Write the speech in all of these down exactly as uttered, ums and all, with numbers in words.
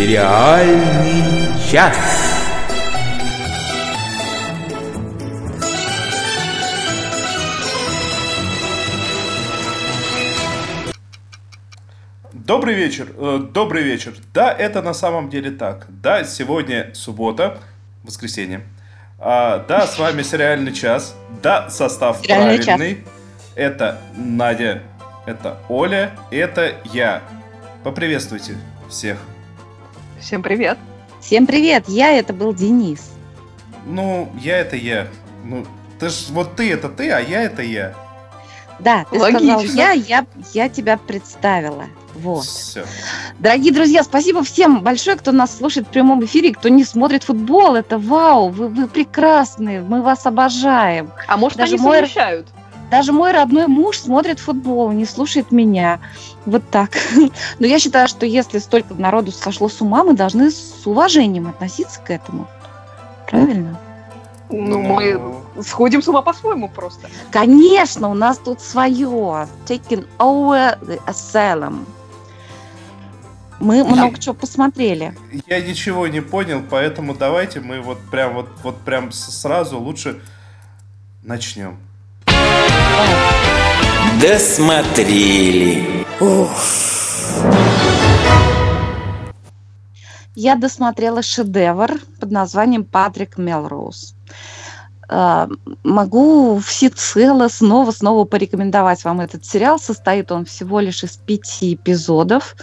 Сериальный час. Добрый вечер, э, добрый вечер. Да, это на самом деле так. Да, сегодня суббота, воскресенье. А, да, с вами сериальный час. Да, состав Сериальный правильный. час. Это Надя, это Оля, это я. Поприветствуйте всех. Всем привет. Всем привет, я, это был Денис. Ну, я это я. Ну, ты ж, вот ты это ты, а я это я. Да, ты Логично. сказал я, я, я тебя представила. Вот. Все. Дорогие друзья, спасибо всем большое, кто нас слушает в прямом эфире, кто не смотрит футбол. Это вау, вы, вы прекрасные, мы вас обожаем. А может, Даже они мой- совмещают? Даже мой родной муж смотрит футбол, не слушает меня. Вот так. Но я считаю, что если столько народу сошло с ума, мы должны с уважением относиться к этому. Правильно? Ну, мы сходим с ума по-своему просто. Конечно, у нас тут свое. Taking over the asylum. Мы много чего посмотрели. Я ничего не понял, поэтому давайте мы вот прям вот, вот прям с- сразу лучше начнем. Досмотрели. Я досмотрела шедевр под названием «Патрик Мелроуз». Э, Могу всецело снова-снова порекомендовать вам этот сериал. Состоит он всего лишь из пяти эпизодов.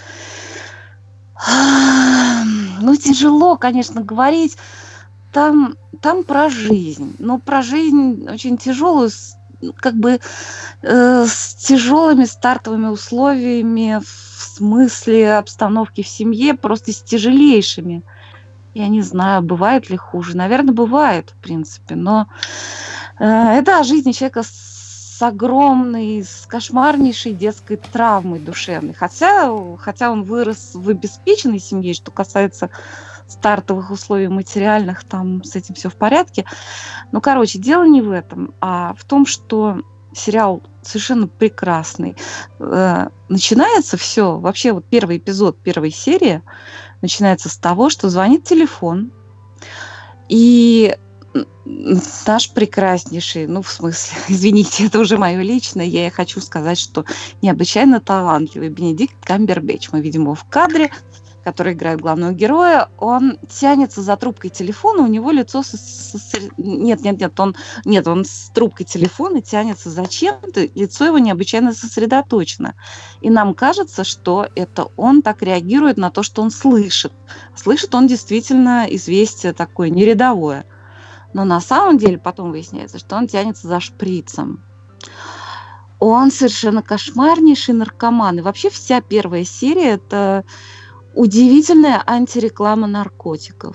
Ну, тяжело, конечно, говорить. Там, там про жизнь. Но про жизнь очень тяжелую, с- как бы э, с тяжелыми стартовыми условиями в смысле обстановки в семье, просто с тяжелейшими. Я не знаю, бывает ли хуже. Наверное, бывает, в принципе. Но э, это о жизни человека с огромной, с кошмарнейшей детской травмой душевной. Хотя, хотя он вырос в обеспеченной семье, что касается стартовых условий материальных, там с этим все в порядке. Ну, короче, дело не в этом, а в том, что сериал совершенно прекрасный. Э, Начинается все, вообще вот первый эпизод первой серии начинается с того, что звонит телефон, и м, наш прекраснейший, ну, в смысле, извините, это уже мое личное, я и хочу сказать, что необычайно талантливый Бенедикт Камбербэтч, мы видим его в кадре, который играет главного героя, он тянется за трубкой телефона, у него лицо... со- со- Нет, нет, нет, он, нет, он с трубкой телефона тянется за чем-то, лицо его необычайно сосредоточено. И нам кажется, что это он так реагирует на то, что он слышит. Слышит он действительно известие такое нерядовое. Но на самом деле потом выясняется, что он тянется за шприцем. Он совершенно кошмарнейший наркоман. И вообще вся первая серия – это удивительная антиреклама наркотиков.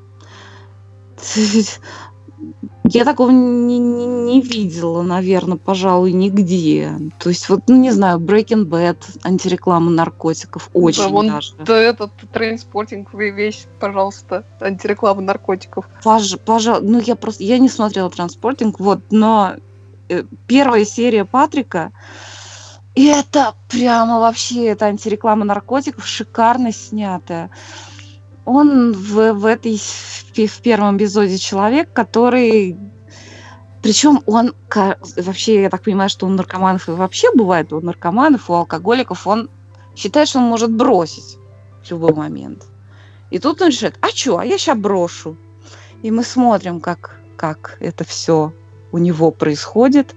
Я такого не, не- не видела, наверное, пожалуй, нигде. То есть вот, ну, не знаю, Breaking Bad, антиреклама наркотиков, очень Да, вон даже. да, этот трейнспоттинг весь, пожалуйста, антиреклама наркотиков. Пож, пожалуй, ну я просто, я не смотрела «Транспортинг», вот, но э, первая серия Патрика, и это прямо вообще, это антиреклама наркотиков, шикарно снятая. Он в, в этой, в пе- в первом эпизоде человек, который, причем он, ка- вообще, я так понимаю, что у наркоманов и вообще бывает, у наркоманов, у алкоголиков, он считает, что он может бросить в любой момент. И тут он решает, а что, а я сейчас брошу. И мы смотрим, как, как это все у него происходит,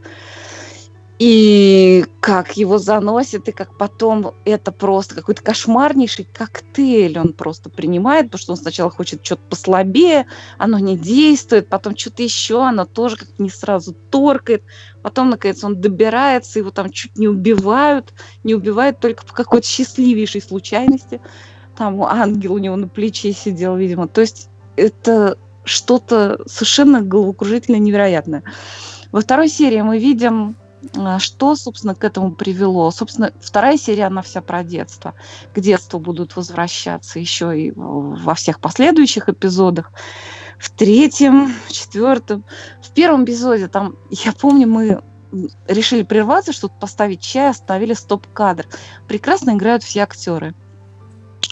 и как его заносит, и как потом это просто какой-то кошмарнейший коктейль он просто принимает, потому что он сначала хочет что-то послабее, оно не действует, потом что-то еще, оно тоже как-то не сразу торкает, потом, наконец, он добирается, его там чуть не убивают, не убивают только по какой-то счастливейшей случайности, там ангел у него на плече сидел, видимо, то есть это что-то совершенно головокружительно невероятное. Во второй серии мы видим, а, что, собственно, к этому привело. Собственно, вторая серия, она вся про детство. К детству будут возвращаться еще и в- во всех последующих эпизодах. В третьем, в четвертом. В первом эпизоде, там, я помню, мы м, решили прерваться, чтобы поставить чай, остановили стоп-кадр. Прекрасно играют все актеры.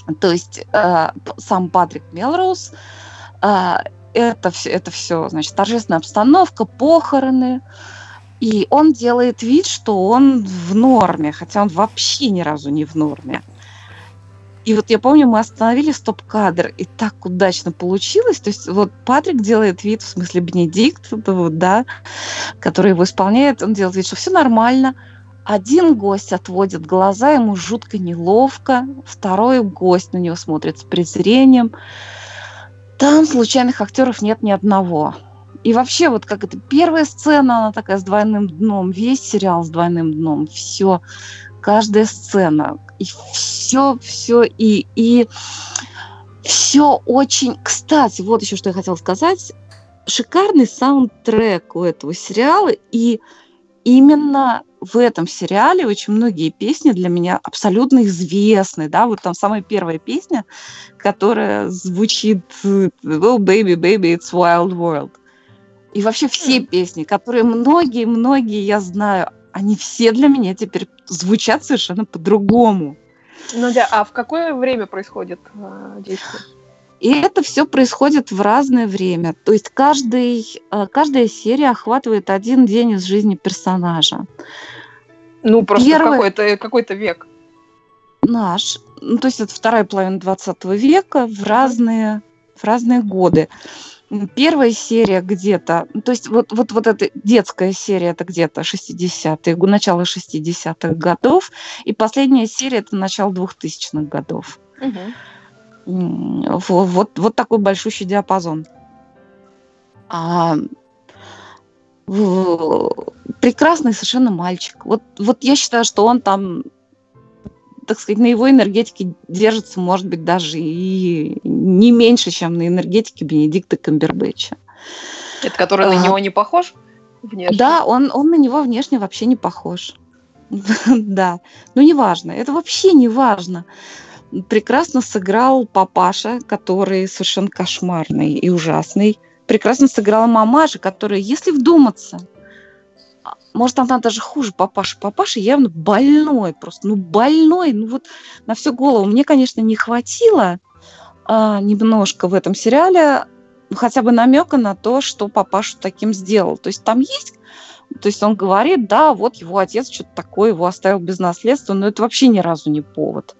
То есть э, п- сам Патрик Мелроуз, э, это все, это все, значит, торжественная обстановка, похороны, и он делает вид, что он в норме, хотя он вообще ни разу не в норме. И вот я помню, мы остановили стоп-кадр, и так удачно получилось. То есть вот Патрик делает вид, в смысле Бенедикт, это вот, да, который его исполняет, он делает вид, что все нормально. Один гость отводит глаза, ему жутко неловко. Второй гость на него смотрит с презрением. Там случайных актеров нет ни одного. И вообще, вот как это первая сцена, она такая с двойным дном. Весь сериал с двойным дном. Все, каждая сцена. И все, все, и, и все очень... Кстати, вот еще что я хотела сказать. Шикарный саундтрек у этого сериала. И именно в этом сериале очень многие песни для меня абсолютно известны. Да? Вот там самая первая песня, которая звучит «Oh, baby, baby, it's wild world». И вообще все М. песни, которые многие-многие я знаю, они все для меня теперь звучат совершенно по-другому. Ну да, а в какое время происходит а, действие? И это все происходит в разное время. То есть каждый, э, каждая серия охватывает один день из жизни персонажа. Ну, просто в Первый какой-то какой-то век. наш, ну, то есть это вторая половина двадцатого века в Мгм. разные, в разные годы. М, Первая серия где-то, ну, то есть вот, вот, вот эта детская серия, это где-то шестидесятые, го- начало шестидесятых годов, и последняя серия это начало двухтысячных годов. Мгм. М, во- Вот, вот такой большущий диапазон. А, в- прекрасный совершенно мальчик. Вот, вот я считаю, что он там, так сказать, на его энергетике держится, может быть, даже и не меньше, чем на энергетике Бенедикта Камбербэтча. Это который на А, него не похож внешне? Да, он, он на него внешне вообще не похож. Да, но неважно, это вообще не важно. Прекрасно сыграл папаша, который совершенно кошмарный и ужасный. Прекрасно сыграла мамаша, которая, если вдуматься, а, может, она даже хуже папаши. Папаша явно больной, просто, ну, больной, ну, вот на всю голову. Мне, конечно, не хватило а, немножко в этом сериале ну, хотя бы намека на то, что папашу таким сделал. То есть там есть, то есть он говорит, да, вот его отец что-то такое, его оставил без наследства, но это вообще ни разу не повод.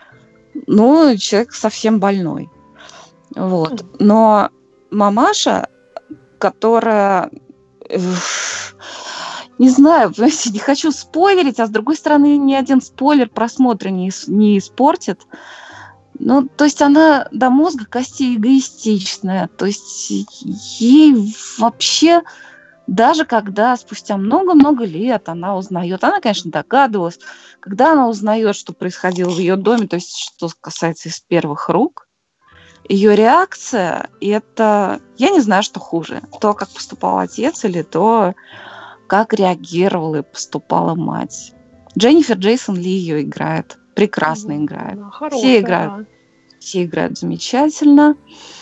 Ну, человек совсем больной. Вот. М. Но мамаша, которая... эф, Не знаю, понимаете, не хочу спойлерить, а с другой стороны, ни один спойлер просмотра не, ис- не испортит. Ну, то есть она до мозга костей эгоистичная. То есть ей вообще, даже когда спустя много-много лет она узнает, она, конечно, догадывалась, когда она узнает, что происходило в ее доме, то есть что касается из первых рук, ее реакция, это, я не знаю, что хуже, то, как поступал отец, или то, как реагировала и поступала мать. Дженнифер Джейсон Ли ее играет, прекрасно Мгм. играет. Она Все хорошая, играют, да. все играют замечательно.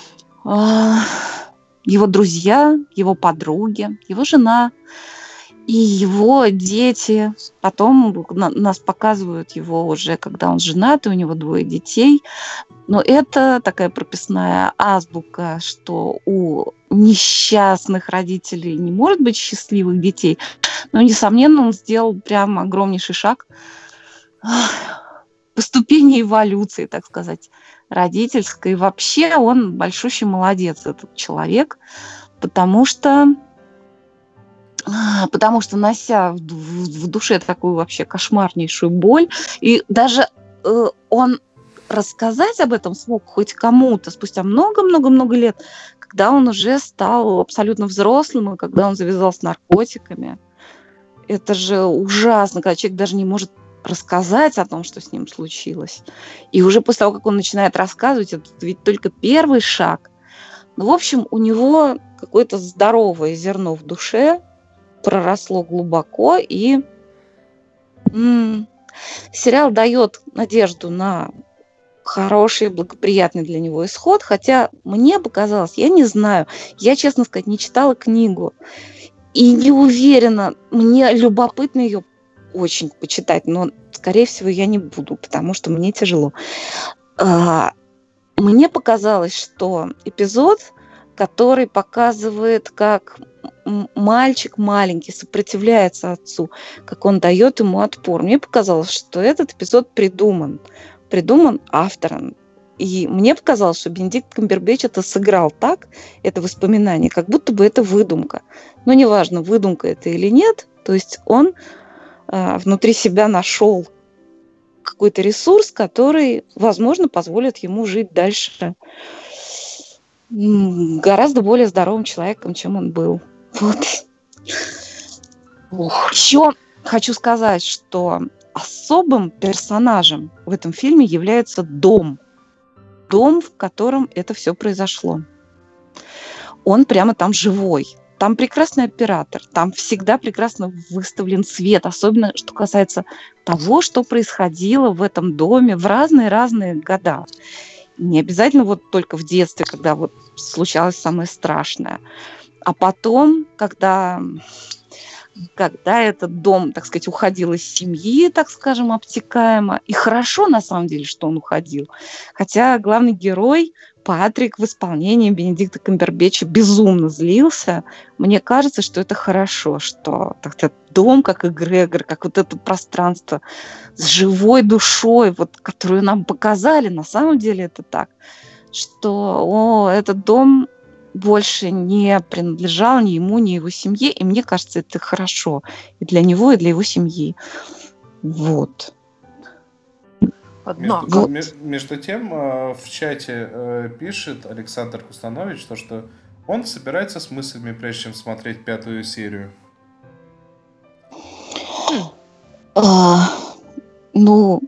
А, Его друзья, его подруги, его жена и его дети. Потом на- нас показывают его уже, когда он женат, и у него двое детей. Но это такая прописная азбука, что у несчастных родителей не может быть счастливых детей. Но, несомненно, он сделал прям огромнейший шаг ах, по ступени эволюции, так сказать, родительской. И вообще он большущий молодец, этот человек, потому что, а, потому что нося в, ду- в- в душе такую вообще кошмарнейшую боль, и даже э, он рассказать об этом смог хоть кому-то спустя много-много-много лет, когда он уже стал абсолютно взрослым, и когда он завязал с наркотиками. Это же ужасно, когда человек даже не может рассказать о том, что с ним случилось. И уже после того, как он начинает рассказывать, это ведь только первый шаг. Ну, в общем, у него какое-то здоровое зерно в душе проросло глубоко, и м, сериал дает надежду на хороший, благоприятный для него исход, хотя мне показалось, я не знаю, я, честно сказать, не читала книгу и не уверена, мне любопытно ее очень почитать, но, скорее всего, я не буду, потому что мне тяжело. А, Мне показалось, что эпизод, который показывает, как м- мальчик маленький сопротивляется отцу, как он дает ему отпор. Мне показалось, что этот эпизод придуман. Придуман автором. И мне показалось, что Бенедикт Камбербэтч это сыграл так, это воспоминание, как будто бы это выдумка. Но неважно, выдумка это или нет, то есть он а, внутри себя нашел какой-то ресурс, который, возможно, позволит ему жить дальше м, гораздо более здоровым человеком, чем он был. Вот. Ух. Еще хочу сказать, что особым персонажем в этом фильме является дом. Дом, в котором это все произошло. Он прямо там живой. Там прекрасный оператор, там всегда прекрасно выставлен свет, особенно что касается того, что происходило в этом доме в разные-разные года. Не обязательно вот только в детстве, когда вот случалось самое страшное, а потом, когда, когда этот дом, так сказать, уходил из семьи, так скажем, обтекаемо. И хорошо, на самом деле, что он уходил. Хотя главный герой Патрик в исполнении Бенедикта Камбербэтча безумно злился. Мне кажется, что это хорошо, что этот дом, как эгрегор, как вот это пространство с живой душой, вот, которую нам показали, на самом деле это так, что о, этот дом больше не принадлежал ни ему, ни его семье, и мне кажется, это хорошо и для него, и для его семьи. Вот. Между, Однако. ме- между тем, э, в чате э, пишет Александр Кустанович, то, что он собирается с мыслями, прежде чем смотреть пятую серию. А, ну,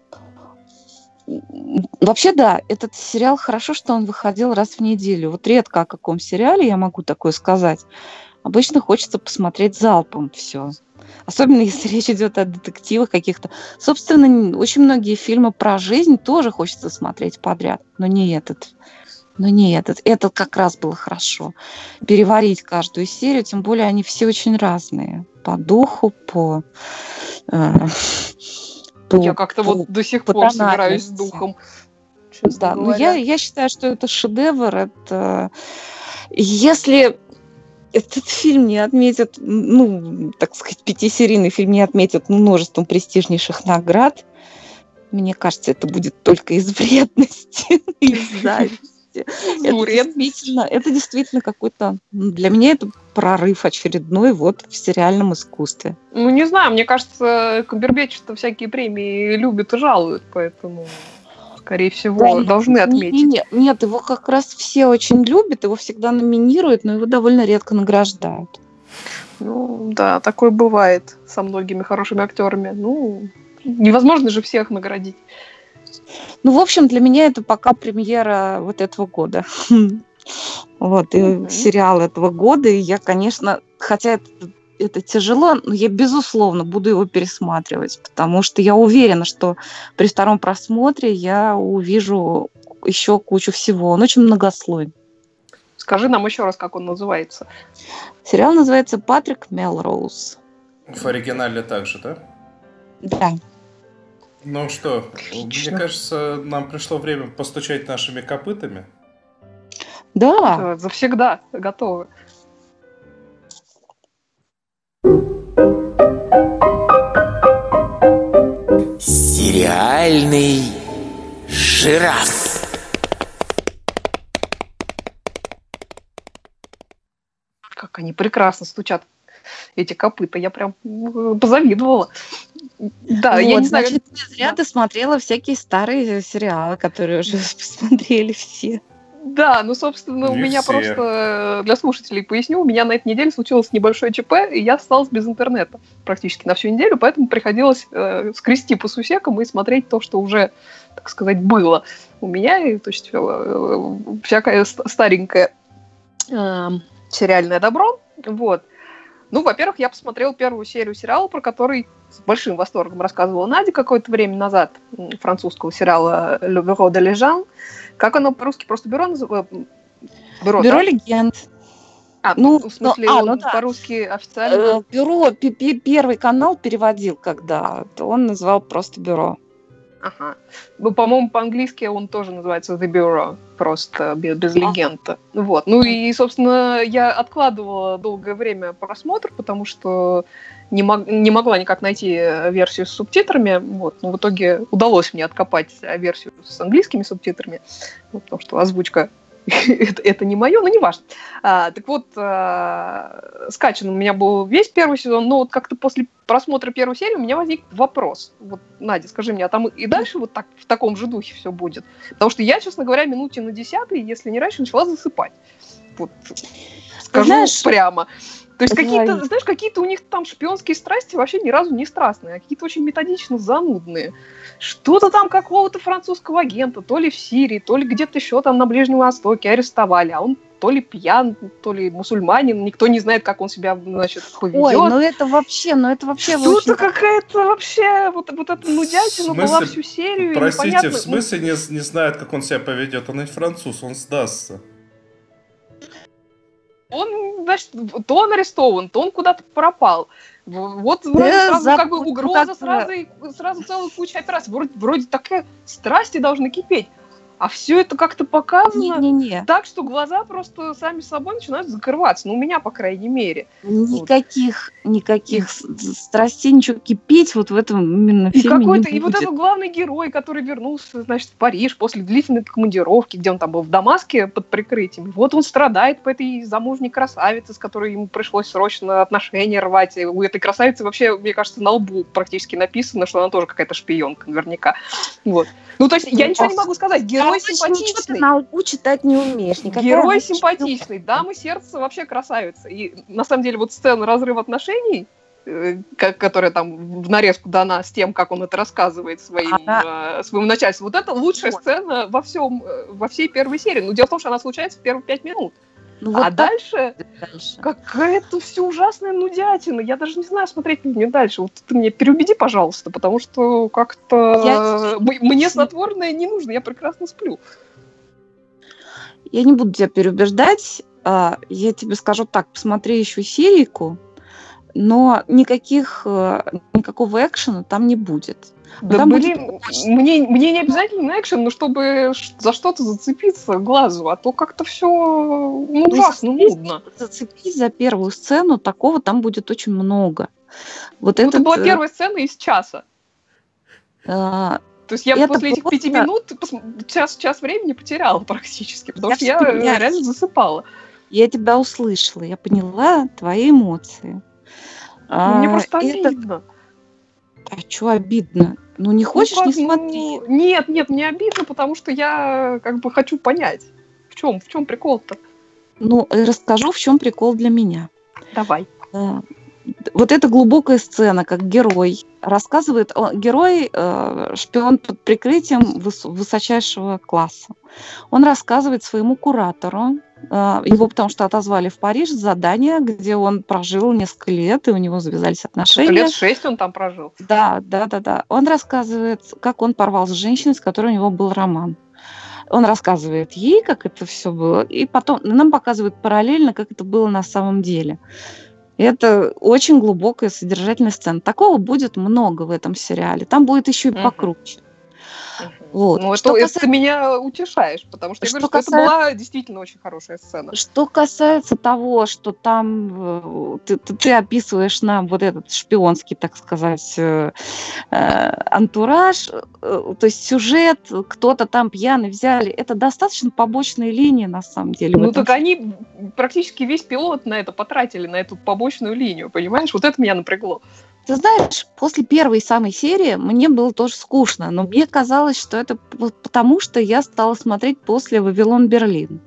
вообще, да, этот сериал хорошо, что он выходил раз в неделю. Вот редко о каком сериале я могу такое сказать. Обычно хочется посмотреть залпом все. Особенно если речь идет о детективах каких-то. Собственно, н- очень многие фильмы про жизнь тоже хочется смотреть подряд, но не этот. Но не этот. Этот как раз было хорошо. Переварить каждую серию, тем более они все очень разные. По духу, по... э, по- Я как-то по- вот до сих по пор собираюсь с тональности. духом. Честно Да, но говоря. я, я считаю, что это шедевр. Это... Если этот фильм не отметят, ну, так сказать, пятисерийный фильм не отметят множеством престижнейших наград, мне кажется, это будет только из вредности, из зависти. Это Вредность. действительно, это действительно какой-то, ну, для меня это прорыв очередной вот в сериальном искусстве. Ну, не знаю, мне кажется, Камбербэтч-то всякие премии любят и жалуют, поэтому, скорее всего, Да, должны не- отметить. не- не- нет, его как раз все очень любят, его всегда номинируют, но его довольно редко награждают. Ну, да, такое бывает со многими хорошими актерами. Ну, невозможно же всех наградить. Ну, в общем, для меня это пока премьера вот этого года. Вот, и Мгм. сериал этого года. И я, конечно, хотя это, это тяжело, но я, безусловно, буду его пересматривать, потому что я уверена, что при втором просмотре я увижу еще кучу всего. Он очень многослойный. Скажи нам еще раз, как он называется. Сериал называется «Патрик Мелроуз». В оригинале также, да? Да. Ну что, Отлично. мне кажется, нам пришло время постучать нашими копытами. Да. Да, завсегда готовы. Сериальный жираф. Как они прекрасно стучат, эти копыта. Я прям м, позавидовала. Да, я Вот, не знаю, значит, как- не зря да. ты смотрела всякие старые сериалы, которые уже посмотрели все. Да, ну, собственно, у Не меня все. просто, э, для слушателей поясню, у меня на этой неделе случилось небольшое ЧП, и я осталась без интернета практически на всю неделю, поэтому приходилось э, скрести по сусекам и смотреть то, что уже, так сказать, было у меня, и, то есть э, всякое ст- старенькое э, сериальное добро, вот. Ну, во-первых, я посмотрела первую серию сериала, про который с большим восторгом рассказывала Надя какое-то время назад, м, французского сериала «Le Bureau de Legend». Как оно по-русски? Просто бюро называется? Бюро, Бюро да? легенд. А, ну, в смысле, ну, а, он ну да. по-русски официально? Э, Бюро, пи- пи- первый канал переводил, когда то он называл просто бюро. Ага. Ну, по-моему, по-английски он тоже называется The Bureau, просто без, без легенды. Вот. Ну и, собственно, я откладывала долгое время просмотр, потому что не, мог, не могла никак найти версию с субтитрами. Вот. Но в итоге удалось мне откопать версию с английскими субтитрами, ну, потому что озвучка это, это не мое, но не важно. А, так вот, а, скачан у меня был весь первый сезон, но вот как-то после просмотра первой серии у меня возник вопрос. Вот, Надя, скажи мне, а там и дальше вот так, в таком же духе все будет? Потому что я, честно говоря, минуте на десятой, если не раньше, начала засыпать. Вот, скажу знаешь, прямо. То есть какие-то, знаешь, какие-то у них там шпионские страсти вообще ни разу не страстные, а какие-то очень методично занудные. Что-то там какого-то французского агента, то ли в Сирии, то ли где-то еще там на Ближнем Востоке арестовали, а он то ли пьян, то ли мусульманин, никто не знает, как он себя, значит, поведет. Ой, ну это вообще, ну это вообще... Что-то очень... какая-то вообще, вот, вот эта нудятина была всю серию. Простите, непонятно... в смысле не, не знает, как он себя поведет? Он ведь француз, он сдастся. Он, значит, то он арестован, то он куда-то пропал. Вот вроде да, сразу как бы угроза, как... сразу, сразу целая куча операций. Вроде, вроде такие страсти должны кипеть. А все это как-то показано Не-не-не. так, что глаза просто сами собой начинают закрываться. Ну, у меня, по крайней мере. Никаких, вот. никаких страстей, ничего кипеть вот в этом именно и фильме не будет. И вот этот главный герой, который вернулся, значит, в Париж после длительной командировки, где он там был в Дамаске под прикрытием. Вот он страдает по этой замужней красавице, с которой ему пришлось срочно отношения рвать. И у этой красавицы вообще, мне кажется, на лбу практически написано, что она тоже какая-то шпионка, наверняка. Вот. Ну, то есть, я ничего не могу сказать. Герой Герой симпатичный. Ты на лбу читать не умеешь. Никакая Герой симпатичный. Дама сердца вообще красавица. И на самом деле вот сцена разрыва отношений, э, которая там в нарезку дана с тем, как он это рассказывает своим, она... э, своему начальству, вот это лучшая вот. сцена во всем, во всей первой серии. Но дело в том, что она случается в первые пять минут. Ну, а вот дальше, дальше какая-то все ужасная нудятина. Я даже не знаю, смотреть мне дальше. Вот ты меня переубеди, пожалуйста, потому что как-то я... мне снотворное не нужно, я прекрасно сплю. Я не буду тебя переубеждать. Я тебе скажу так, посмотри еще серийку, но никаких, никакого экшена там не будет. Да, там блин, будет... мне, мне не обязательно экшен, но чтобы за что-то зацепиться глазу, а то как-то все ну, ужасно нудно. Зацепись за первую сцену, такого там будет очень много. Вот ну, этот... это была первая сцена из часа. А... То есть я это после этих просто... пяти минут час, час времени потеряла практически, потому я что я понимаю. реально засыпала. Я тебя услышала, я поняла твои эмоции. Мне а, просто обидно. Это... А что обидно? Ну, не хочешь, ну, как, не смотри. Ну, нет, нет, мне обидно, потому что я как бы хочу понять, в чем, в чем прикол-то. Ну, расскажу, в чем прикол для меня. Давай. Вот эта глубокая сцена, как герой рассказывает, герой шпион под прикрытием высочайшего класса. Он рассказывает своему куратору, его потому что отозвали в Париж с задания, где он прожил несколько лет, и у него завязались отношения. Лет шесть он там прожил. Да, да, да, да. Он рассказывает, как он порвал с женщиной, с которой у него был роман. Он рассказывает ей, как это все было, и потом нам показывает параллельно, как это было на самом деле. Это очень глубокая содержательная сцена. Такого будет много в этом сериале. Там будет еще и uh-huh. покруче. Uh-huh. Вот. Ну, это, касается... ты меня утешаешь, потому что, что я говорю, касается... что это была действительно очень хорошая сцена. Что касается того, что там ты, ты, ты описываешь нам вот этот шпионский, так сказать, э, э, антураж, э, то есть сюжет, кто-то там пьяный взяли, это достаточно побочные линии на самом деле. Ну так они практически весь пилот на это потратили, на эту побочную линию, понимаешь? Вот это меня напрягло. Ты знаешь, после первой самой серии мне было тоже скучно, но мне казалось, что это потому, что я стала смотреть после «Вавилон Берлин».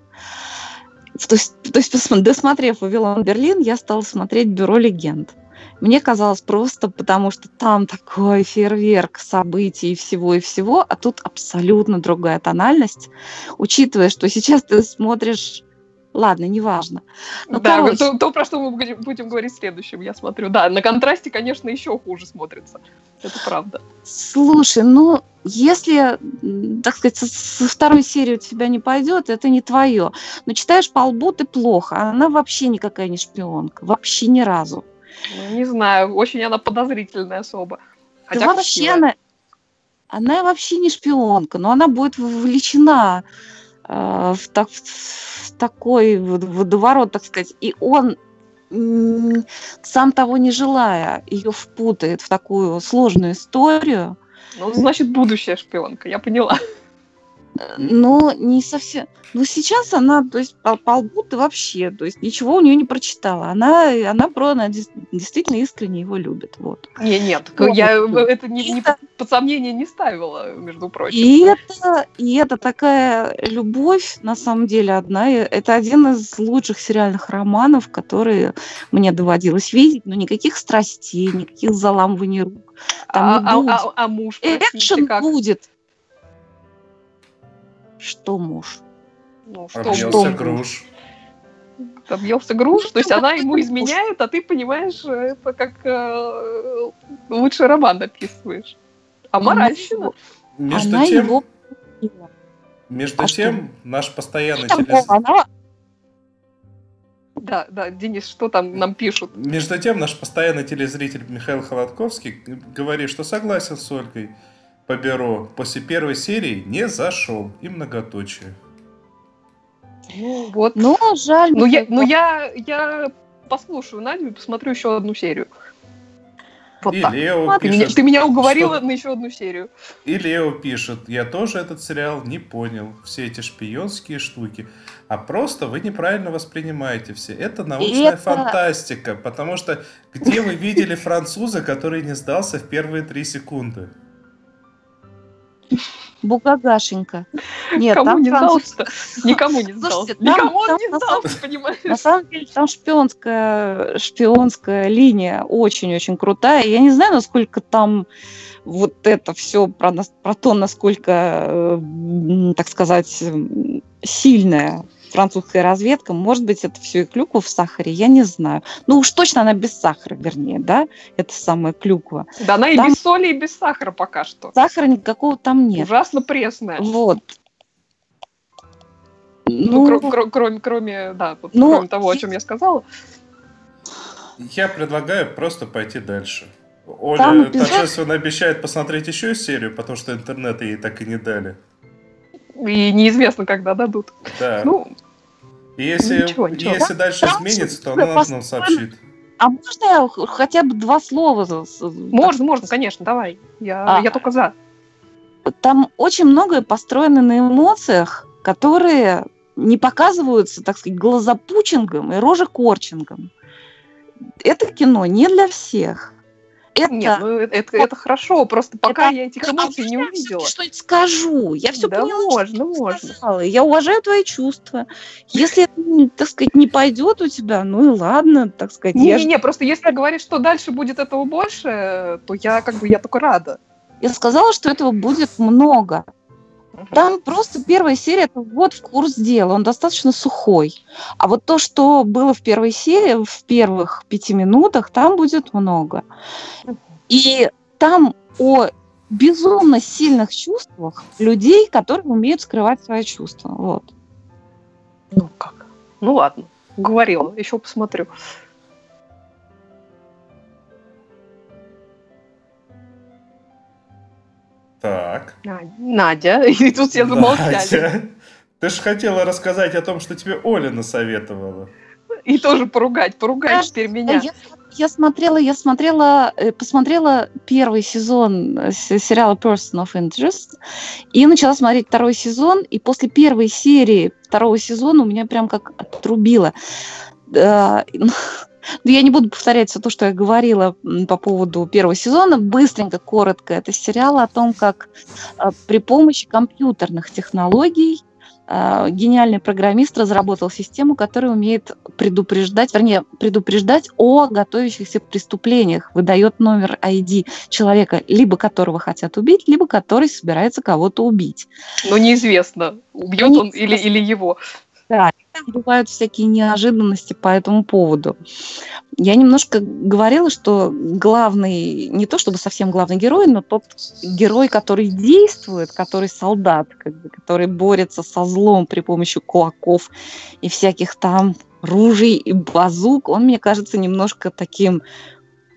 То есть, то есть досмотрев «Вавилон Берлин», я стала смотреть «Бюро легенд». Мне казалось просто потому, что там такой фейерверк событий и всего, и всего, а тут абсолютно другая тональность, учитывая, что сейчас ты смотришь... Ладно, неважно. Но, да, короче... то, то, про что мы будем, будем говорить следующим, я смотрю. Да, на контрасте, конечно, еще хуже смотрится. Это правда. Слушай, ну, если, так сказать, со второй серии у тебя не пойдет, это не твое. Но читаешь по лбу, ты плохо. Она вообще никакая не шпионка. Вообще ни разу. Ну, не знаю, очень она подозрительная особо. Хотя да вообще она... она вообще не шпионка, но она будет вовлечена э, в, так, в такой водоворот, так сказать, и он, м, сам того не желая, ее впутает в такую сложную историю. Ну, значит, будущая шпионка, я поняла. Но не совсем. Но сейчас она, то есть, по, по лбу ты вообще, то есть, ничего у нее не прочитала. Она, она, про, она дес- действительно искренне его любит. Вот. Не, нет, Вот. я это не, не Это- под сомнение не ставила, между прочим. И это, и это такая любовь, на самом деле, одна. и Это один из лучших сериальных романов, которые мне доводилось видеть. Но никаких страстей, никаких заламываний рук. Там А, не а- будет. а- а муж, простите, Экшен как? будет. Что муж? Ну, что, Объелся что? груш. объелся груш, то есть Ну, она какой ему груш? изменяет, а ты понимаешь, это как э, лучший роман описываешь. А Она моральщина? его- Между она тем, его полюбила. между А что? тем, наш постоянный Там, телез... она- Да, да, Денис, что там нам пишут? Между тем, наш постоянный телезритель Михаил Холодковский г- говорит, что согласен с Ольгой по бюро. После первой серии не зашел. И многоточие. Ну, вот. Ну, жаль. Ну, я, Михаил. ну я, я послушаю Надю и посмотрю еще одну серию. Вот И так. Лео Ты меня, пишет, ты меня уговорила что- на еще одну серию. И Лео пишет, я тоже этот сериал не понял, все эти шпионские штуки, а просто вы неправильно воспринимаете все. Это научная это- фантастика, потому что где вы видели француза, который не сдался в первые три секунды? Бугагашенька. Нет, Кому там не француз- сдался? Никому не сдался. Слушайте, там- Никому он там не на сдался, понимаешь? На самом деле, там шпионская, шпионская линия очень-очень крутая. Я не знаю, насколько там вот это все про, нас- про то, насколько, э, м, так сказать, м, сильная французская разведка. Может быть, это все и клюква в сахаре, я не знаю. Ну уж точно она без сахара, вернее, да? Это самая клюква. Да она и Там- без соли, и без сахара пока что. Сахара никакого там нет. Ужасно пресная. Вот. Ну, Ну, кро- кро- кроме, кроме, да, вот ну, кроме того, о чем я сказала. Я предлагаю просто пойти дальше. Оля Там эпизод- торжественно обещает посмотреть еще серию, потому что интернета ей так и не дали. И неизвестно, когда дадут. Да. Ну, И если, ничего, ничего. если дальше Там изменится, то уже она нам построено- сообщит. а можно я х- хотя бы два слова? за- с- можно, можно, конечно, давай. Я, А. я только за. Там очень многое построено на эмоциях, которые не показываются, так сказать, глазопучингом и рожекорчингом. Это кино не для всех. Это... Нет, ну это, это, это хорошо, просто пока это- я этих А эмоций не можно я увидела. всё-таки что-нибудь скажу? Я все Да поняла, можно, что ты можно. сказала. Я уважаю твои чувства. Если это, м, так сказать, не пойдет у тебя, ну и ладно, так сказать. я же- Не-не-не, просто если ты говоришь, что дальше будет этого больше, то я как бы, я только рада. Я сказала, что этого будет много. Там просто первая серия, это вот в курс дела, он достаточно сухой. А вот то, что было в первой серии, в первых пяти минутах, там будет много. И там о безумно сильных чувствах людей, которые умеют скрывать свои чувства. Вот. Ну как? Ну ладно, говорила, еще посмотрю. Так. На- Надя, и тут все замолчали. Надя, ты же хотела рассказать о том, что тебе Оля насоветовала. И тоже поругать, поругать теперь меня. Я, я смотрела, я смотрела, э, посмотрела первый сезон э, с- сериала Person of Interest и начала смотреть второй сезон, и после первой серии второго сезона у меня прям как отрубило. Да, ну, я не буду повторять все то, что я говорила м, по поводу первого сезона. Быстренько, коротко. Это сериал о том, как э, при помощи компьютерных технологий э, гениальный программист разработал систему, которая умеет предупреждать, вернее, предупреждать о готовящихся преступлениях, выдает номер ай ди человека, либо которого хотят убить, либо который собирается кого-то убить. Но неизвестно, убьет Ну, он или, неизвестно. или его. Да, и там бывают всякие неожиданности по этому поводу. Я немножко говорила, что главный, не то чтобы совсем главный герой, но тот герой, который действует, который солдат, как бы, который борется со злом при помощи кулаков и всяких там ружей и базук, он, мне кажется, немножко таким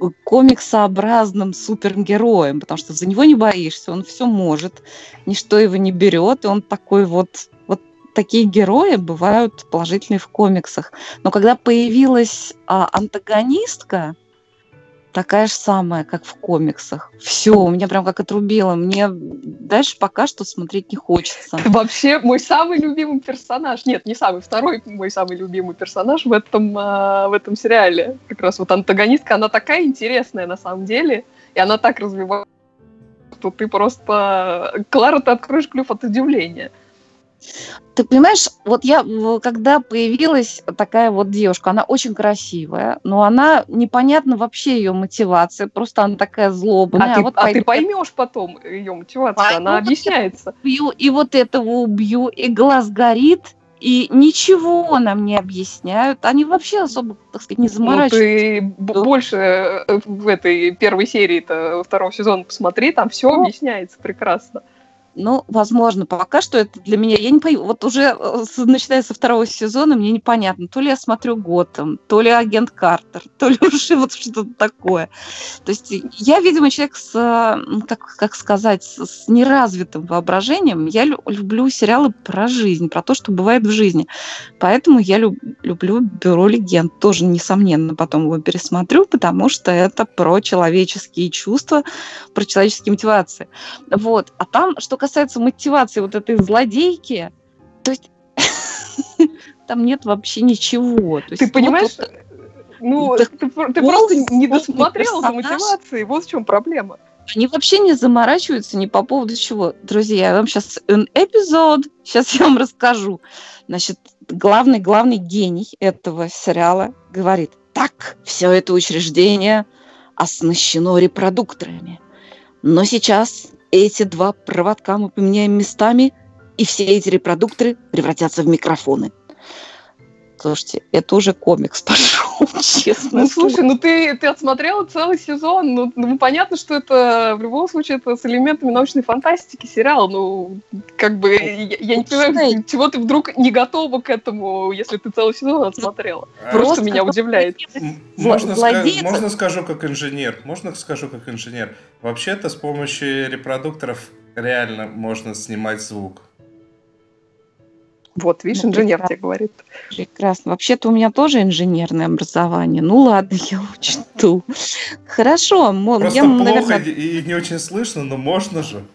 комиксообразным супергероем, потому что за него не боишься, он все может, ничто его не берет, и он такой вот, вот такие герои бывают положительные в комиксах. Но когда появилась а, антагонистка, такая же самая, как в комиксах. Все, у меня прям как отрубило. Мне дальше пока что смотреть не хочется. Вообще, мой самый любимый персонаж, нет, не самый, второй мой самый любимый персонаж в этом, э, в этом сериале. Как раз вот антагонистка, она такая интересная на самом деле, и она так развивается, что ты просто... Клара, ты откроешь клюв от удивления. Ты понимаешь, вот я, когда появилась такая вот девушка, она очень красивая, но она непонятна вообще ее мотивация, просто она такая злобная. А, а, ты, вот а пойду, ты поймешь потом ее мотивацию, пойду, она объясняется. Убью, и вот этого убью, и глаз горит, и ничего нам не объясняют. Они вообще особо, так сказать, не заморачиваются. Ну, ты больше в этой первой серии второго сезона посмотри, там все ну, объясняется прекрасно. Ну, возможно, пока что это для меня, я не пойму, вот уже начиная со второго сезона мне непонятно, то ли я смотрю Готэм, то ли Агент Картер, то ли уже вот что-то такое. То есть я, видимо, человек с, как, как сказать, с неразвитым воображением, я лю- люблю сериалы про жизнь, про то, что бывает в жизни. Поэтому я люб- люблю «Бюро легенд», тоже, несомненно, потом его пересмотрю, потому что это про человеческие чувства, про человеческие мотивации. Вот. А там, что касается мотивации вот этой злодейки, то есть там нет вообще ничего. То есть, ты понимаешь, вот, ну, так, ты, ты просто не досмотрел за мотивацией, вот в чем проблема. Они вообще не заморачиваются ни по поводу чего. Друзья, я вам сейчас un эпизод, сейчас я вам расскажу. Значит, главный, главный гений этого сериала говорит, так, все это учреждение оснащено репродукторами. Но сейчас эти два проводка мы поменяем местами, и все эти репродукторы превратятся в микрофоны. Слушайте, это уже комикс пошел, честно. Ну, слушай, ну ты, ты отсмотрела целый сезон. Ну, ну, понятно, что это в любом случае это с элементами научной фантастики сериал. Ну, как бы, я, я не понимаю, чего ты вдруг не готова к этому, если ты целый сезон отсмотрела. Просто, Просто меня удивляет. Можно, ска- можно скажу как инженер? Можно скажу как инженер? Вообще-то с помощью репродукторов реально можно снимать звук. Вот, видишь, ну, инженер прекрасно. Тебе говорит. Прекрасно. Вообще-то у меня тоже инженерное образование. Ну ладно, я учту. Хорошо. Просто я, плохо наверное... и не очень слышно, но можно же.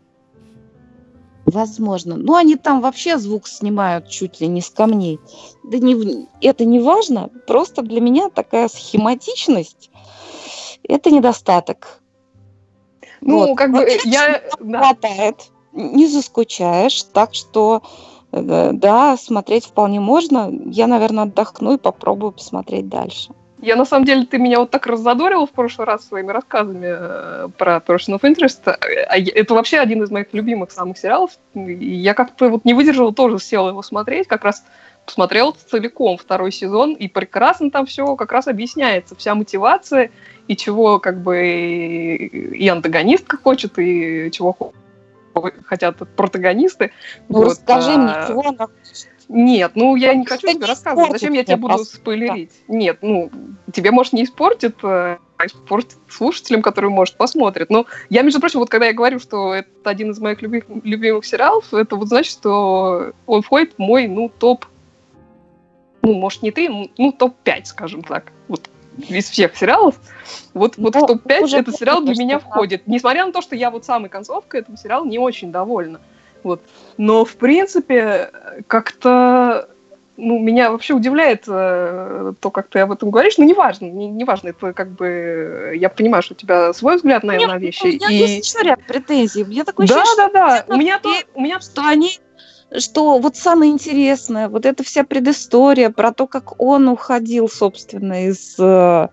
Возможно. Ну, они там вообще звук снимают чуть ли не с камней. Да не, это не важно. Просто для меня такая схематичность – это недостаток. Ну, вот. как бы я... Хватает. Не заскучаешь. Так что... Да, смотреть вполне можно. Я, наверное, отдохну и попробую посмотреть дальше. Я, на самом деле, ты меня вот так раззадорила в прошлый раз своими рассказами про Person of Interest. Это вообще один из моих любимых самых сериалов. Я как-то вот не выдержала, тоже села его смотреть. Как раз посмотрела целиком второй сезон, и прекрасно там все как раз объясняется. Вся мотивация, и чего как бы и антагонистка хочет, и чего хочет. Хотят протагонисты. Ну, вот, расскажи а... мне, чего она... Нет, ну, я не хочу тебе рассказывать. Зачем я тебе буду просто... спойлерить? Нет, ну, тебе, может, не испортит, а испортит слушателям, которые, может, посмотрят. Но я, между прочим, вот когда я говорю, что это один из моих любимых, любимых сериалов, это вот значит, что он входит в мой, ну, топ... Ну, может, не ты, ну, топ пять, скажем так. Вот. Из всех сериалов, вот, вот в топ пять этот сериал для меня входит. Несмотря на то, что я вот самой концовкой этого сериала не очень довольна. Вот. Но, в принципе, как-то ну, меня вообще удивляет э, то, как ты об этом говоришь. Ну, неважно, не, неважно, это как бы... Я понимаю, что у тебя свой взгляд на, на вещи. У меня и... есть еще ряд претензий. Я такой да, ощущение, да, да, да. У меня, то, у меня... Что они... Что вот самое интересное, вот эта вся предыстория про то, как он уходил, собственно, из, э,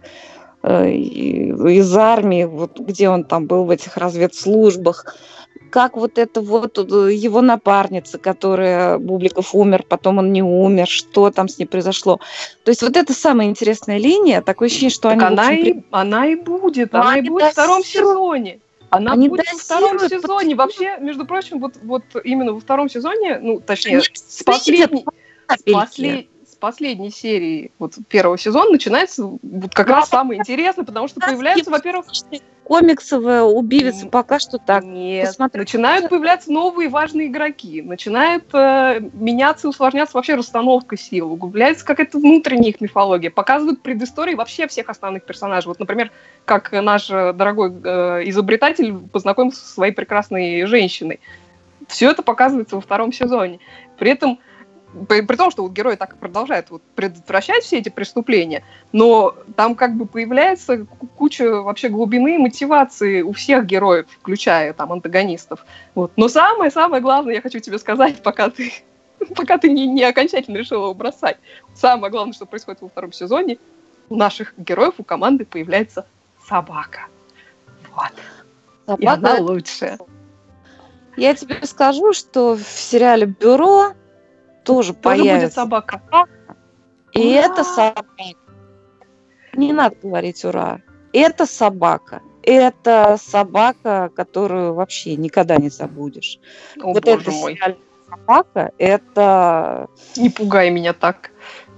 из армии, вот где он там был в этих разведслужбах, как вот это вот его напарница, которая, Бубликов умер, потом он не умер, что там с ней произошло. То есть вот это самая интересная линия, такое ощущение, что так они... Она, общем, и, при... она и будет, она, она и будет в втором сезоне. Она Они будет во втором сезоне. Вообще, между прочим, вот, вот именно во втором сезоне, ну, точнее, с, послед... с, послед... с последней серии вот, первого сезона начинается вот как раз самое интересное, потому что появляются, во-первых... Комиксовая убивица пока что так. Нет, Посмотрю. начинают появляться новые важные игроки, начинает э, меняться и усложняться вообще расстановка сил, углубляется какая-то внутренняя их мифология, показывают предыстории вообще всех основных персонажей. Вот, например, как наш дорогой э, изобретатель познакомился со своей прекрасной женщиной. Все это показывается во втором сезоне. При этом При, при том, что вот герой так и продолжает вот предотвращать все эти преступления, но там как бы появляется куча вообще глубины и мотивации у всех героев, включая там антагонистов. Вот. Но самое-самое главное, я хочу тебе сказать, пока ты, пока ты не, не окончательно решила его бросать, самое главное, что происходит во втором сезоне, у наших героев, у команды появляется собака. Вот. Собака... И она лучшая. Я тебе скажу, что в сериале «Бюро» тоже, тоже появится будет собака. И ура! Это собака. Не надо говорить «ура». Это собака. Это собака, которую вообще никогда не забудешь. О, вот боже эта мой. собака, это... Не пугай меня так.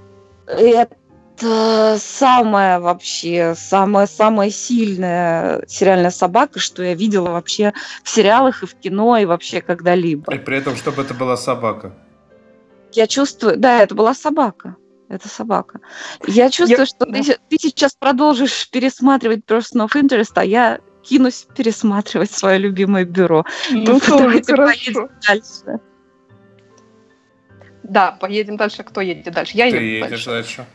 Это самая вообще, самая-самая сильная сериальная собака, что я видела вообще в сериалах и в кино, и вообще когда-либо. И при этом, чтобы это была собака. Я чувствую, да, это была собака. Это собака. Я чувствую, я... что ты, ты сейчас продолжишь пересматривать Person of Interest, а я кинусь пересматривать свое любимое «Бюро». Ну, давайте поедем дальше. Да, поедем дальше. Кто едет дальше? Я ты еду едешь дальше. дальше.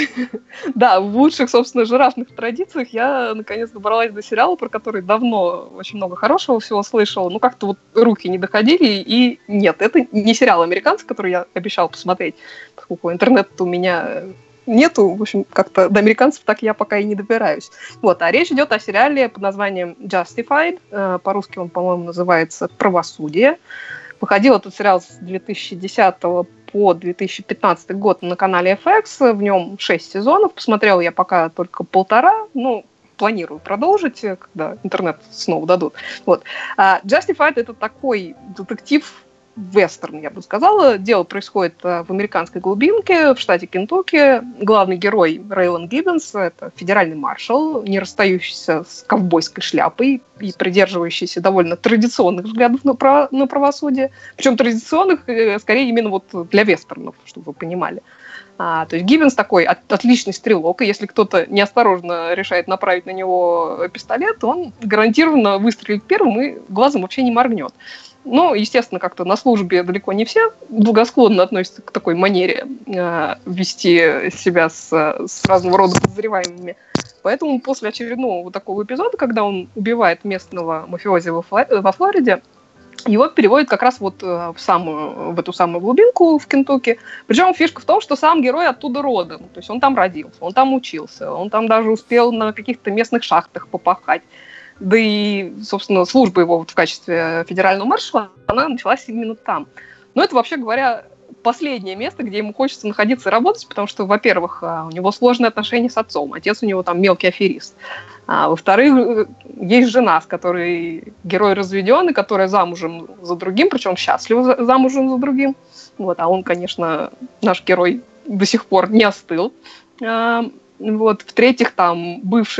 Да, в лучших, собственно, жирафных традициях я, наконец, добралась до сериала, про который давно очень много хорошего всего слышала. Ну, как-то вот руки не доходили, и нет, это не сериал американский, который я обещала посмотреть, поскольку интернета у меня нету, в общем, как-то до американцев так я пока и не добираюсь. Вот, а речь идет о сериале под названием Justified, по-русски он, по-моему, называется «Правосудие». Выходил этот сериал с две тысячи десятого по две тысячи пятнадцатый год на канале эф икс. В нем шесть сезонов. Посмотрела я пока только полтора. Ну, планирую продолжить, когда интернет снова дадут. Вот. Justified — это такой детектив вестерн, я бы сказала. Дело происходит в американской глубинке, в штате Кентукки. Главный герой Рейланд Гиббинс — это федеральный маршал, не расстающийся с ковбойской шляпой и придерживающийся довольно традиционных взглядов на, право, на правосудие. Причем традиционных, скорее, именно вот для вестернов, чтобы вы понимали. А, то есть Гиббинс такой от, отличный стрелок, и если кто-то неосторожно решает направить на него пистолет, он гарантированно выстрелит первым и глазом вообще не моргнет. Ну, естественно, как-то на службе далеко не все благосклонно относятся к такой манере э, вести себя с, с разного рода подозреваемыми. Поэтому после очередного вот такого эпизода, когда он убивает местного мафиози во, Фло- во Флориде, его переводят как раз вот в, самую, в эту самую глубинку в Кентукки. Причем фишка в том, что сам герой оттуда родом. То есть он там родился, он там учился, он там даже успел на каких-то местных шахтах попахать. Да и, собственно, служба его вот в качестве федерального маршала, она началась именно там. Но это, вообще говоря, последнее место, где ему хочется находиться и работать, потому что, во-первых, у него сложные отношения с отцом, отец у него там мелкий аферист. А, во-вторых, есть жена, с которой герой разведен, и которая замужем за другим, причем счастлива замужем за другим. Вот, а он, конечно, наш герой до сих пор не остыл. Вот. В-третьих, там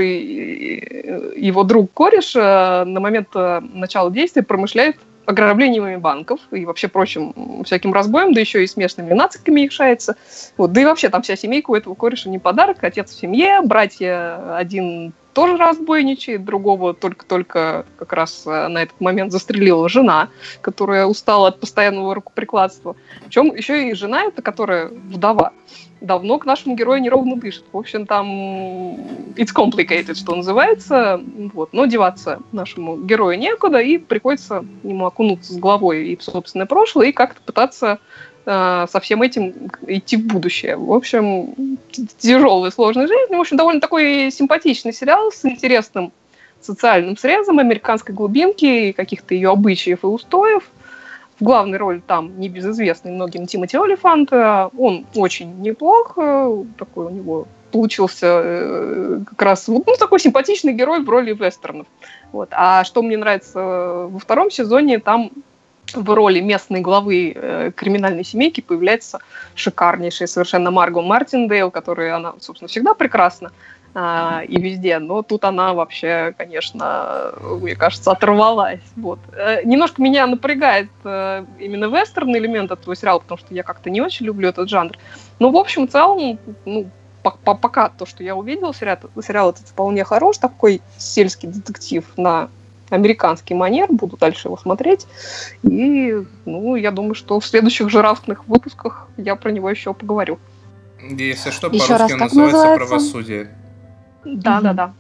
бывший его друг-кореш на момент начала действия промышляет ограблениями банков и вообще прочим всяким разбоем, да еще и с местными нациками их шается. Вот. Да и вообще там вся семейка у этого кореша не подарок, отец в семье, братья один тоже разбойничает, другого только-только как раз на этот момент застрелила жена, которая устала от постоянного рукоприкладства. Причем еще и жена эта, которая вдова, давно к нашему герою неровно дышит. В общем, там it's complicated, что называется. Вот. Но деваться нашему герою некуда, и приходится ему окунуться с головой и в собственное прошлое, и как-то пытаться э, со всем этим идти в будущее. В общем, тяжелая, сложная жизнь. В общем, довольно такой симпатичный сериал с интересным социальным срезом американской глубинки и каких-то ее обычаев и устоев. В главной роли там небезызвестный многим Тимоти Олифант. Он очень неплох. Такой у него получился как раз ну, такой симпатичный герой в роли вестернов. Вот. А что мне нравится во втором сезоне, там в роли местной главы э, криминальной семейки появляется шикарнейшая совершенно Марго Мартиндейл, которая, она, собственно, всегда прекрасна э, и везде, но тут она вообще, конечно, мне кажется, оторвалась. Вот. Э, немножко меня напрягает э, именно вестерн элемент этого сериала, потому что я как-то не очень люблю этот жанр. Но, в общем, в целом, ну, пока то, что я увидела, сериал, сериал этот вполне хорош, такой сельский детектив на американский манер, буду дальше его смотреть. И, ну, я думаю, что в следующих жирафных выпусках я про него еще поговорю. Если что, Еще по-русски раз, он как называется называется? «Правосудие». Да, Мгм. да, да.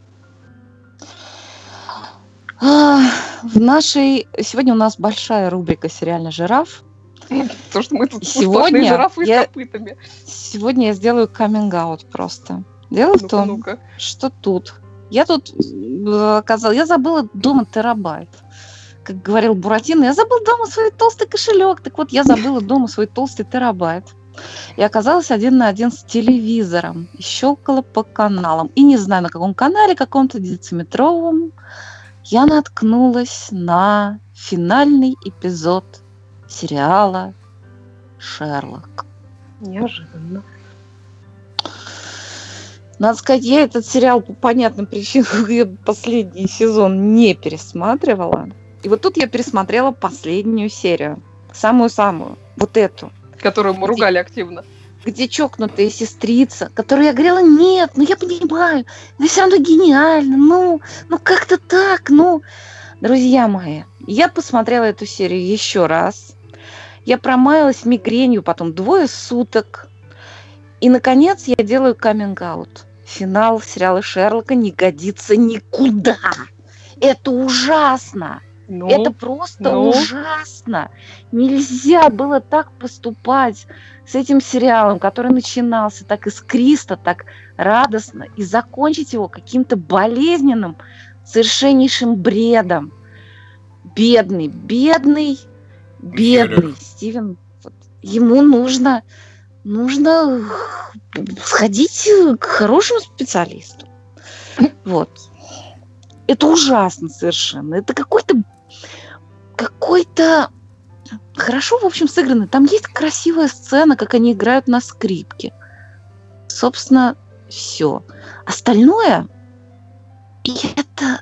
А, В нашей... Сегодня у нас большая рубрика «Сериальный жираф». Потому что мы тут Сегодня сплошные жирафы я- с копытами. Сегодня я сделаю каминг-аут просто. Дело в Ну-ка, том, ну-ка. что тут. Я тут э, оказалась... Я забыла дома терабайт. Как говорил Буратино, я забыл дома свой толстый кошелек. Так вот, я забыла дома свой толстый терабайт. И оказалась один на один с телевизором. И щелкала по каналам. И не знаю, на каком канале, каком-то дециметровом, я наткнулась на финальный эпизод сериала «Шерлок». Неожиданно. Надо сказать, я этот сериал по понятным причинам я последний сезон не пересматривала. И вот тут я пересмотрела последнюю серию. Самую-самую. Вот эту. Которую мы ругали активно. Где чокнутая сестрица, которую я говорила, нет, ну я понимаю, это все равно гениально, ну, ну как-то так, ну. Друзья мои, я посмотрела эту серию еще раз. Я промаялась мигренью потом двое суток. И, наконец, я делаю каминг-аут. Финал сериала Шерлока не годится никуда. Это ужасно. Ну, Это просто ну. ужасно. Нельзя было так поступать с этим сериалом, который начинался так искристо, так радостно, и закончить его каким-то болезненным, совершеннейшим бредом. Бедный, бедный, бедный Юрик. Стивен. Вот, ему нужно, нужно сходить к хорошему специалисту. Вот. Это ужасно совершенно. Это какой-то какой-то хорошо, в общем, сыграно. Там есть красивая сцена, как они играют на скрипке. Собственно, все. Остальное это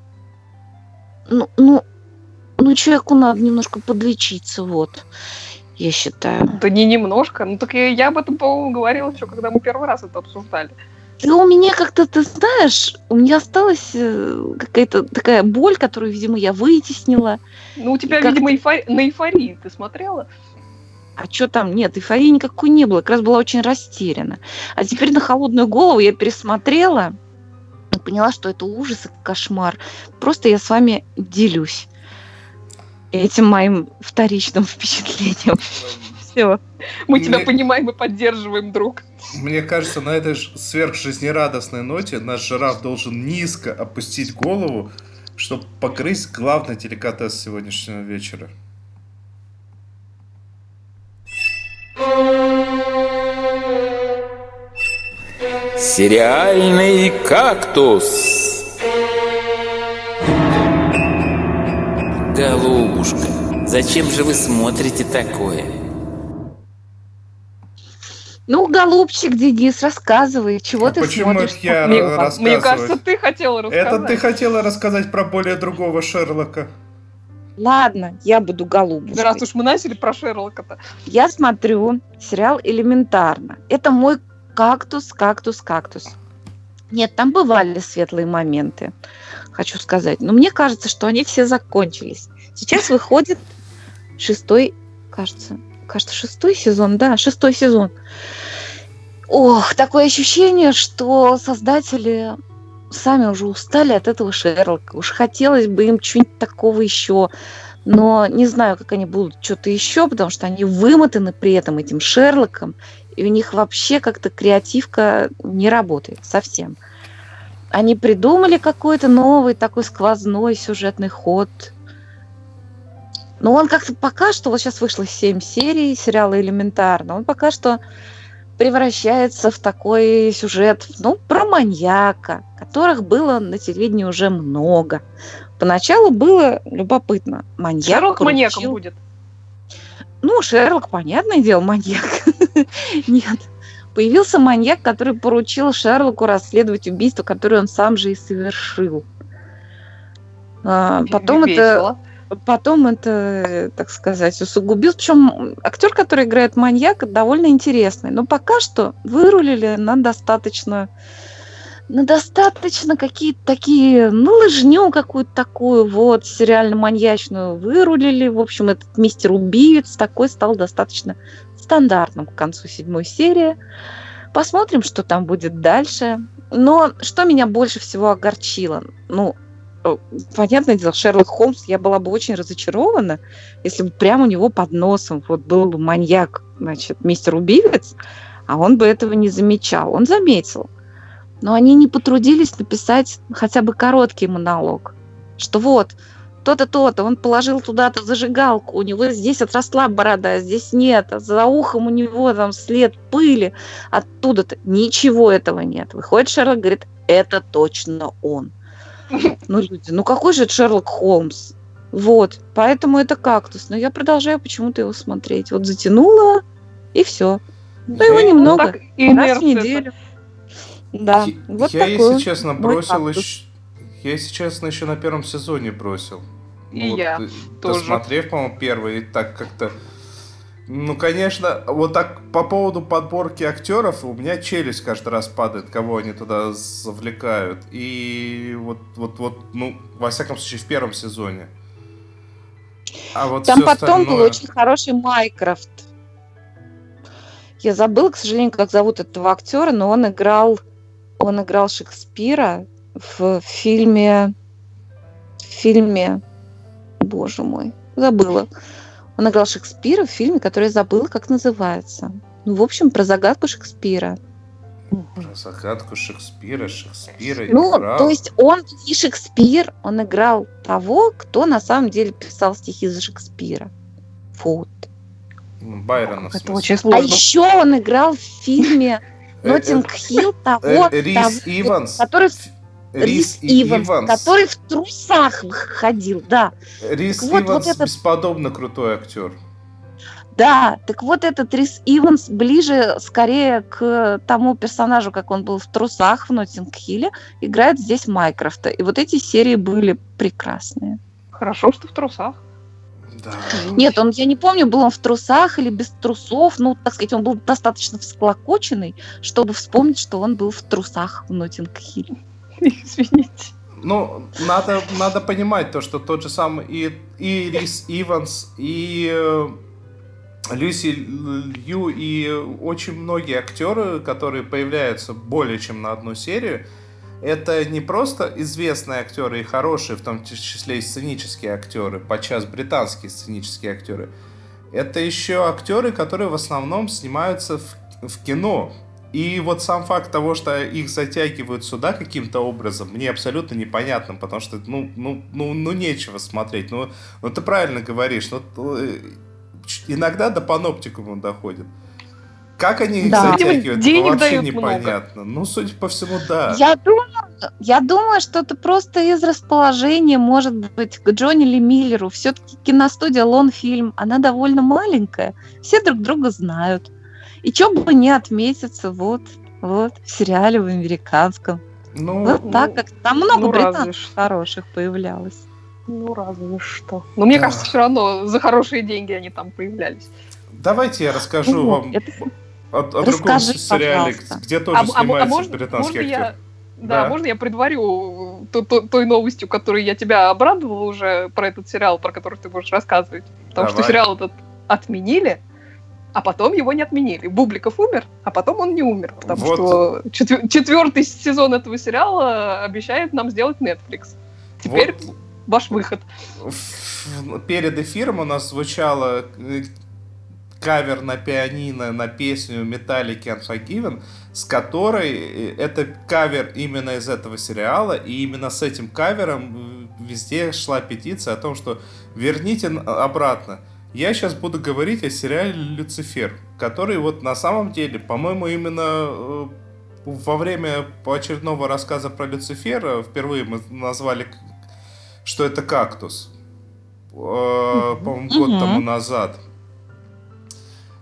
ну, ну, ну, человеку надо немножко подлечиться, вот, я считаю. Да не немножко. Ну так я, я об этом, по-моему, говорила еще, когда мы первый раз это обсуждали. И у меня как-то, ты знаешь, у меня осталась э, какая-то такая боль, которую, видимо, я вытеснила. Ну, у тебя, Как видимо, эйфори- на эйфории ты смотрела? А что там? Нет, эйфории никакой не было. Как раз была очень растеряна. А теперь на холодную голову я пересмотрела и поняла, что это ужас и кошмар. Просто я с вами делюсь этим моим вторичным впечатлением. Все. Мы тебя Мне- понимаем и поддерживаем, друг. Мне кажется, на этой ж- сверхжизнерадостной ноте наш жираф должен низко опустить голову, чтобы погрызть главный деликатес сегодняшнего вечера. Сериальный кактус. Голубушка, зачем же вы смотрите такое? Ну, голубчик Денис, рассказывай, чего А ты почему смотришь? это я Мне, ра- рассказывать? мне кажется, ты хотела рассказать. Это ты хотела рассказать про более другого Шерлока. Ладно, я буду голубушкой. Да раз уж мы начали про Шерлока-то. Я смотрю сериал «Элементарно». Это мой кактус, кактус, кактус. Нет, там бывали светлые моменты, хочу сказать. Но мне кажется, что они все закончились. Сейчас выходит шестой, кажется, кажется, шестой сезон, да, шестой сезон. Ох, такое ощущение, что создатели сами уже устали от этого Шерлока. Уж хотелось бы им чего-нибудь такого еще. Но не знаю, как они будут что-то еще, потому что они вымотаны при этом этим Шерлоком, и у них вообще как-то креативка не работает совсем. Они придумали какой-то новый такой сквозной сюжетный ход. Но он как-то пока что, вот сейчас вышло семь серий сериала «Элементарно», он пока что превращается в такой сюжет, ну, про маньяка, которых было на телевидении уже много. Поначалу было любопытно. Маньяк Шерлок маньяком поручил- будет. Ну, Шерлок, понятное дело, маньяк. Нет. Появился маньяк, который поручил Шерлоку расследовать убийство, которое он сам же и совершил. А, потом это, потом это, так сказать, усугубилось. Причем актер, который играет маньяка, довольно интересный. Но пока что вырулили на достаточно, на достаточно какие-то такие, ну, лыжню какую-то такую, вот, сериально-маньячную вырулили. В общем, этот мистер-убивец такой стал достаточно стандартным к концу седьмой серии. Посмотрим, что там будет дальше. Но что меня больше всего огорчило? Ну, понятное дело, Шерлок Холмс, я была бы очень разочарована, если бы прямо у него под носом вот был бы маньяк, значит, мистер-убивец, а он бы этого не замечал. Он заметил. Но они не потрудились написать хотя бы короткий монолог, что вот, то-то, то-то, он положил туда-то зажигалку, у него здесь отросла борода, а здесь нет, а за ухом у него там след пыли, оттуда-то. Ничего этого нет. Выходит Шерлок, говорит, это точно он. Ну, люди, ну какой же это Шерлок Холмс? Вот, поэтому это кактус. Но я продолжаю почему-то его смотреть. Вот затянула, и все. Да его немного, раз в неделю. Да, я, вот я такой если честно, бросил кактус. еще... Я, если честно, еще на первом сезоне бросил. И вот, я тоже. Досмотрев, по-моему, первый, и так как-то... Ну, конечно, вот так по поводу подборки актеров у меня челюсть каждый раз падает, кого они туда завлекают. И вот, вот, вот, ну, во всяком случае, в первом сезоне. А вот Там всё потом остальное... был очень хороший Майкрофт. Я забыла, к сожалению, как зовут этого актера, но он играл, он играл Шекспира в фильме, в фильме, боже мой, забыла. Он играл Шекспира в фильме, который я забыла, как называется. Ну, в общем, про загадку Шекспира. Про загадку Шекспира, Шекспира Ну, играл. то есть он не Шекспир, он играл того, кто на самом деле писал стихи за Шекспира. Вот. Байрона, в Это смысле. очень сложно. А еще он играл в фильме Ноттинг-Хилл того, Э, э, Рис того, Иванс. который Рис Рис Иванс, Иванс. который в трусах ходил, да. Рис Так вот, Иванс вот этот- бесподобно крутой актер. Да, так вот этот Рис Иванс ближе скорее к тому персонажу, как он был в трусах в Ноттинг-Хилле, играет здесь Майкрофта. И вот эти серии были прекрасные. Хорошо, что в трусах. Да. Нет, он, я не помню, был он в трусах или без трусов, ну, так сказать, он был достаточно всклокоченный, чтобы вспомнить, что он был в трусах в Ноттинг-Хилле. Извините. Ну, надо, надо понимать то, что тот же самый и, и Рис Иванс, и э, Люси Лью, и очень многие актеры, которые появляются более чем на одну серию, это не просто известные актеры и хорошие, в том числе и сценические актеры, подчас британские сценические актеры. Это еще актеры, которые в основном снимаются в, в кино. И вот сам факт того, что их затягивают сюда каким-то образом, мне абсолютно непонятно, потому что, ну, ну, ну, ну нечего смотреть. Ну, ну ты правильно говоришь, ну, иногда до паноптикума доходит. Как они их Да. затягивают, Денег вообще дают непонятно. Ну, судя по всему, да. Я думаю, я думаю, что это просто из расположения, может быть, к Джонни Ли Миллеру. Все-таки киностудия Лонфильм, она довольно маленькая, все друг друга знают. И чё бы не отметиться, вот, вот, в сериале в американском. Ну, Вот так, как там много ну, разве британцев что. хороших появлялось. Ну, разве что. Но мне Да. кажется, все равно за хорошие деньги они там появлялись. давайте я расскажу Ну, вам это- о, о другом Расскажи, сериале, пожалуйста. где тоже А, а- а снимается можно, британский можно актер. я, да, Да. можно я предварю то- то- той новостью, которой я тебя обрадовала уже про этот сериал, про который ты будешь рассказывать? Потому что Давай. сериал этот отменили, а потом его не отменили. Бубликов умер, а потом он не умер, потому Вот. что четвер- четвертый сезон этого сериала обещает нам сделать Netflix. Теперь Вот ваш выход. в- перед эфиром у нас звучало э, кавер на пианино на песню Metallica Unforgiven, с которой э, это кавер именно из этого сериала, и именно с этим кавером э, везде шла петиция о том, что верните н- обратно. Я сейчас буду говорить о сериале «Люцифер», который вот на самом деле, по-моему, именно э, во время очередного рассказа про Люцифера впервые мы назвали, к- что это кактус. Э, По-моему, год Мгм. тому назад.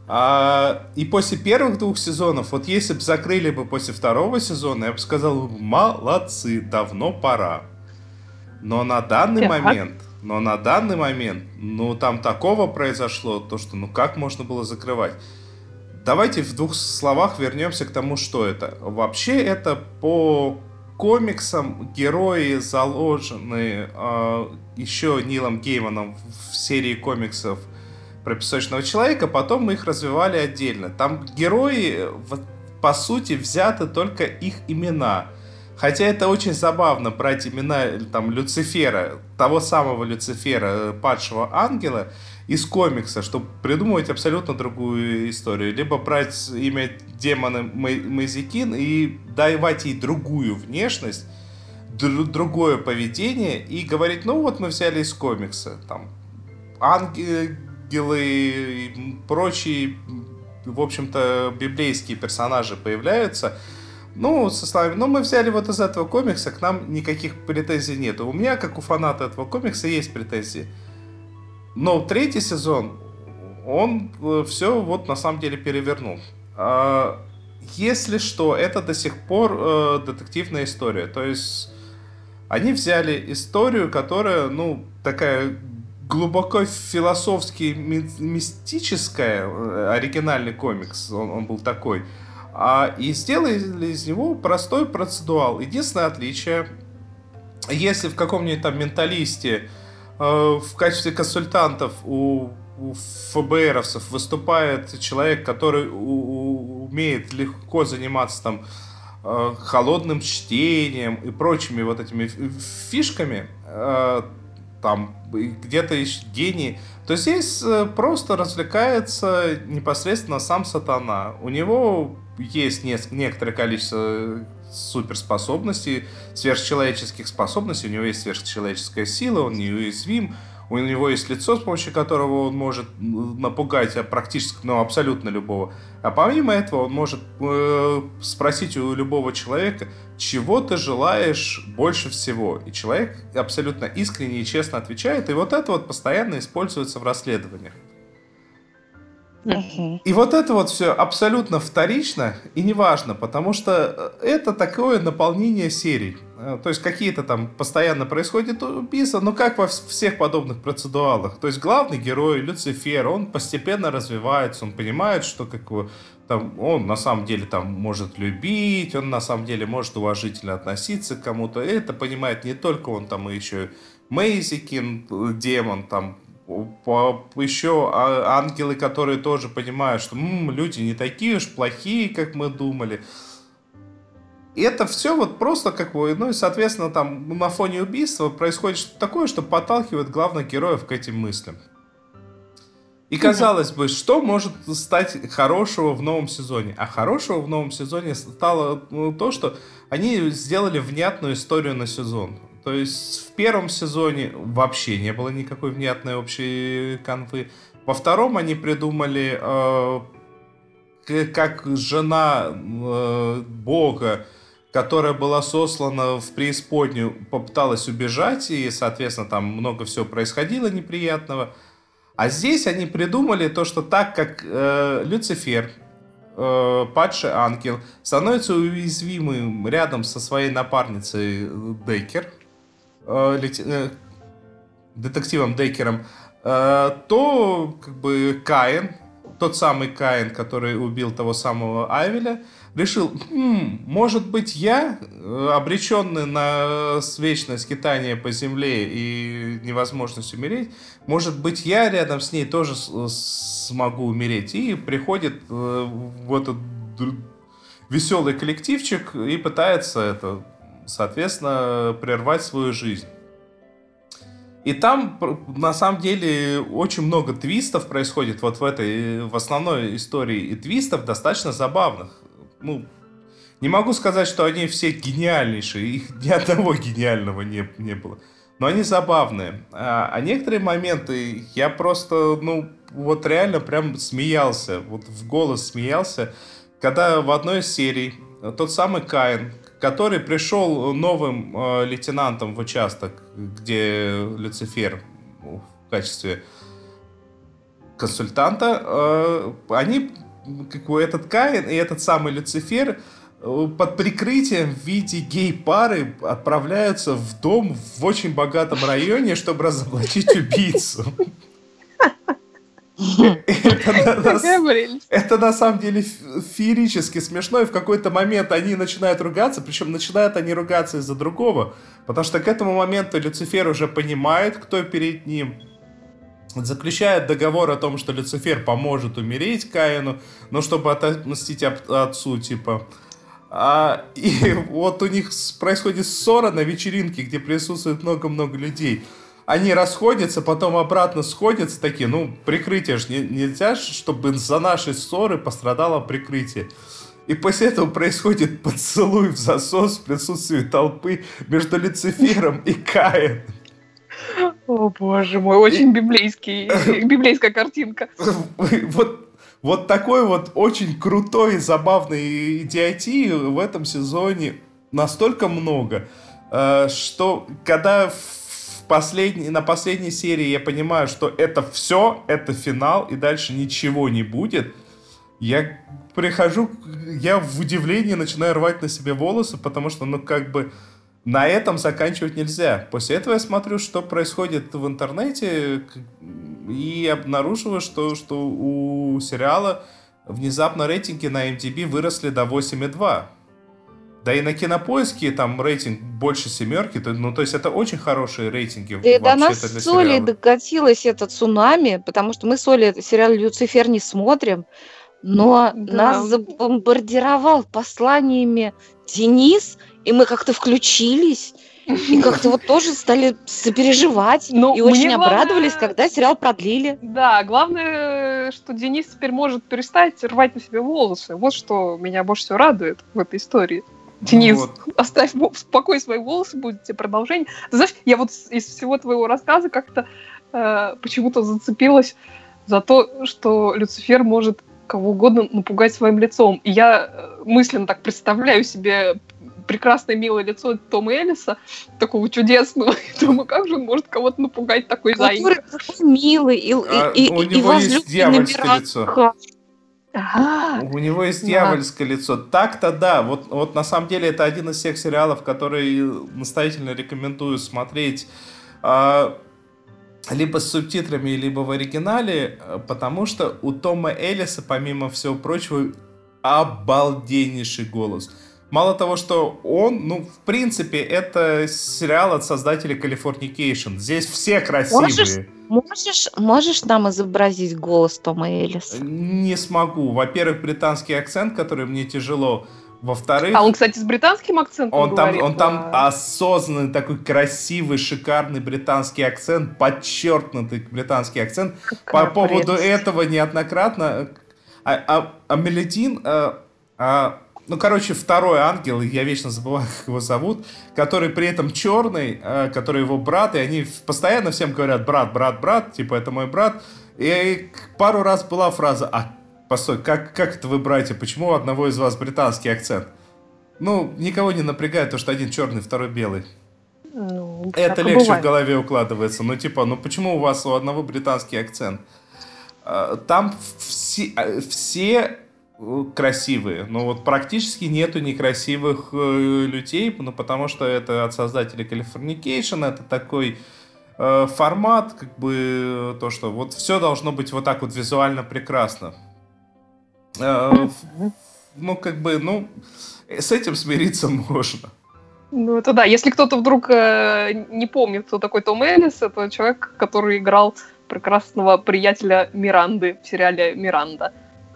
А, и после первых двух сезонов, вот если бы закрыли бы после второго сезона, я бы сказал, молодцы, давно пора. Но на данный Так. момент, но на данный момент, ну там такого произошло, то что, ну как можно было закрывать? Давайте в двух словах вернемся к тому, что это. Вообще это по комиксам герои заложены э, еще Нилом Гейманом в серии комиксов про Песочного Человека, потом мы их развивали отдельно. Там герои, по сути, взяты только их имена. Хотя это очень забавно брать имена там, Люцифера, того самого Люцифера, падшего ангела, из комикса, чтобы придумывать абсолютно другую историю. Либо брать имя демона Мазикин и давать ей другую внешность, др- другое поведение и говорить, ну вот мы взяли из комикса. Там ангелы и прочие, в общем-то, библейские персонажи появляются. Ну, со словами, ну, мы взяли вот из этого комикса, к нам никаких претензий нет. У меня, как у фаната этого комикса, есть претензии. Но третий сезон, он все вот на самом деле перевернул. Если что, это до сих пор детективная история. То есть они взяли историю, которая, ну, такая глубоко философски мистическая, оригинальный комикс, он, он был такой, а, и сделали из него простой процедуал. Единственное отличие, если в каком-нибудь там менталисте э, в качестве консультантов у, у ФБРовцев выступает человек, который у, у, умеет легко заниматься там э, холодным чтением и прочими вот этими фишками, э, там где-то есть гений, то здесь просто развлекается непосредственно сам сатана. У него есть некоторое количество суперспособностей, сверхчеловеческих способностей, у него есть сверхчеловеческая сила, он неуязвим, у него есть лицо, с помощью которого он может напугать практически, ну, абсолютно любого. А помимо этого он может э, спросить у любого человека, чего ты желаешь больше всего. И человек абсолютно искренне и честно отвечает, и вот это вот постоянно используется в расследованиях. Мгм. И вот это вот все абсолютно вторично и неважно, потому что это такое наполнение серий. Э, То есть какие-то там постоянно происходят убийства, но как во вс- всех подобных процедуалах. То есть главный герой Люцифер, он постепенно развивается, он понимает, что как его, там, он на самом деле там может любить, он на самом деле может уважительно относиться к кому-то. Это понимает не только он, там и еще Мейзикин, э, демон, там по- еще а- ангелы, которые тоже понимают, что «М, люди не такие уж плохие, как мы думали». И это все вот просто как бы, ну и, соответственно, там на фоне убийства происходит что-то такое, что подталкивает главных героев к этим мыслям. И казалось бы, что может стать хорошего в новом сезоне? А хорошего в новом сезоне стало ну, то, что они сделали внятную историю на сезон. То есть в первом сезоне вообще не было никакой внятной общей канвы. Во втором они придумали, э, к- как жена э, Бога, которая была сослана в преисподнюю, попыталась убежать, и, соответственно, там много всего происходило неприятного. А здесь они придумали то, что так как э, Люцифер, э, падший ангел, становится уязвимым рядом со своей напарницей Деккер, э, лети- э, детективом Деккером, э, то как бы Каин, тот самый Каин, который убил того самого Авеля, решил, «Хм, может быть, я, э, обреченный на вечное скитание по земле и невозможность умереть, может быть, я рядом с ней тоже с- смогу умереть». И приходит э, в этот д- веселый коллективчик и пытается это, соответственно, прервать свою жизнь. И там, пр- на самом деле, очень много твистов происходит вот в этой, в основной истории. И твистов достаточно забавных. Ну, не могу сказать, что они все гениальнейшие. Их ни одного гениального не, не было. Но они забавные. А, а некоторые моменты я просто, ну, вот реально прям смеялся. Вот в голос смеялся. Когда в одной из серий тот самый Каин, который пришел новым э, лейтенантом в участок, где Люцифер ну, в качестве консультанта, э, они, как бы этот Каин и этот самый Люцифер, э, под прикрытием в виде гей-пары отправляются в дом в очень богатом районе, чтобы разоблачить убийцу. Это на самом деле феерически смешно, и в какой-то момент они начинают ругаться, причем начинают они ругаться из-за другого, потому что к этому моменту Люцифер уже понимает, кто перед ним, заключает договор о том, что Люцифер поможет умереть Каину, но чтобы отомстить отцу, типа. А, и вот у них происходит ссора на вечеринке, где присутствует много-много людей. Они расходятся, потом обратно сходятся, такие, ну, прикрытие же нельзя, чтобы за нашей ссоры пострадало прикрытие. И после этого происходит поцелуй в засос в присутствии толпы между Люцифером и Каином. О, боже мой, очень библейский, библейская картинка. Вот, вот такой вот очень крутой и забавной идиотии в этом сезоне настолько много, что когда в последней, на последней серии я понимаю, что это все, это финал, и дальше ничего не будет, я прихожу, я в удивлении начинаю рвать на себе волосы, потому что, ну, как бы, на этом заканчивать нельзя. После этого я смотрю, что происходит в интернете, и обнаруживаю, что, что у сериала внезапно рейтинги на эм ди би выросли до восемь и два. Да и на Кинопоиске там рейтинг больше семерки, то, ну, то есть это очень хорошие рейтинги. Да и до нас с Олей докатилось это цунами, потому что мы с Олей сериал «Люцифер» не смотрим, но да. Нас забомбардировал посланиями Денис, и мы как-то включились, и как-то вот тоже стали сопереживать, но и очень главное... обрадовались, когда сериал продлили. Да, главное, что Денис теперь может перестать рвать на себе волосы. Вот что меня больше всего радует в этой истории. Денис, вот. Оставь в покое свои волосы, будет тебе продолжение. Ты знаешь, я вот из всего твоего рассказа как-то э, почему-то зацепилась за то, что Люцифер может кого угодно напугать своим лицом. И я мысленно так представляю себе прекрасное, милое лицо Тома Эллиса, такого чудесного. И думаю, как же он может кого-то напугать такой зайкой? Который такой милый и, а, и, у и, него и есть дьявольское лицо. Ага. У него есть дьявольское да. лицо. Так-то да. Вот, вот на самом деле это один из тех сериалов, которые настоятельно рекомендую смотреть а, либо с субтитрами, либо в оригинале, потому что у Тома Эллиса, помимо всего прочего, обалденнейший голос. Мало того, что он, ну, в принципе, это сериал от создателей Californication. Здесь все красивые. Можешь, можешь, можешь нам изобразить голос Тома Эллиса? Не смогу. Во-первых, британский акцент, который мне тяжело. Во-вторых... А он, кстати, с британским акцентом он говорит? Там, он да. там осознанный, такой красивый, шикарный британский акцент, подчеркнутый британский акцент. Какая По поводу прелесть. Этого неоднократно... А, а, а Меледин... А, а, ну, короче, второй ангел, я вечно забываю, как его зовут, который при этом черный, а, который его брат, и они постоянно всем говорят «брат, брат, брат», типа «это мой брат». И пару раз была фраза «а, постой, как, как это вы, братья, почему у одного из вас британский акцент?» Ну, никого не напрягает то, что один черный, второй белый. Ну, это легче бывает. В голове укладывается. Ну, типа, ну почему у вас у одного британский акцент? Там все, все красивые, но вот практически нету некрасивых людей, ну, потому что это от создателей Californication, это такой э, формат, как бы, то, что вот все должно быть вот так вот визуально прекрасно. Э, ну, как бы, ну, с этим смириться можно. Ну, это да. Если кто-то вдруг э, не помнит, кто такой Том Эллис, это человек, который играл прекрасного приятеля Миранды в сериале «Миранда».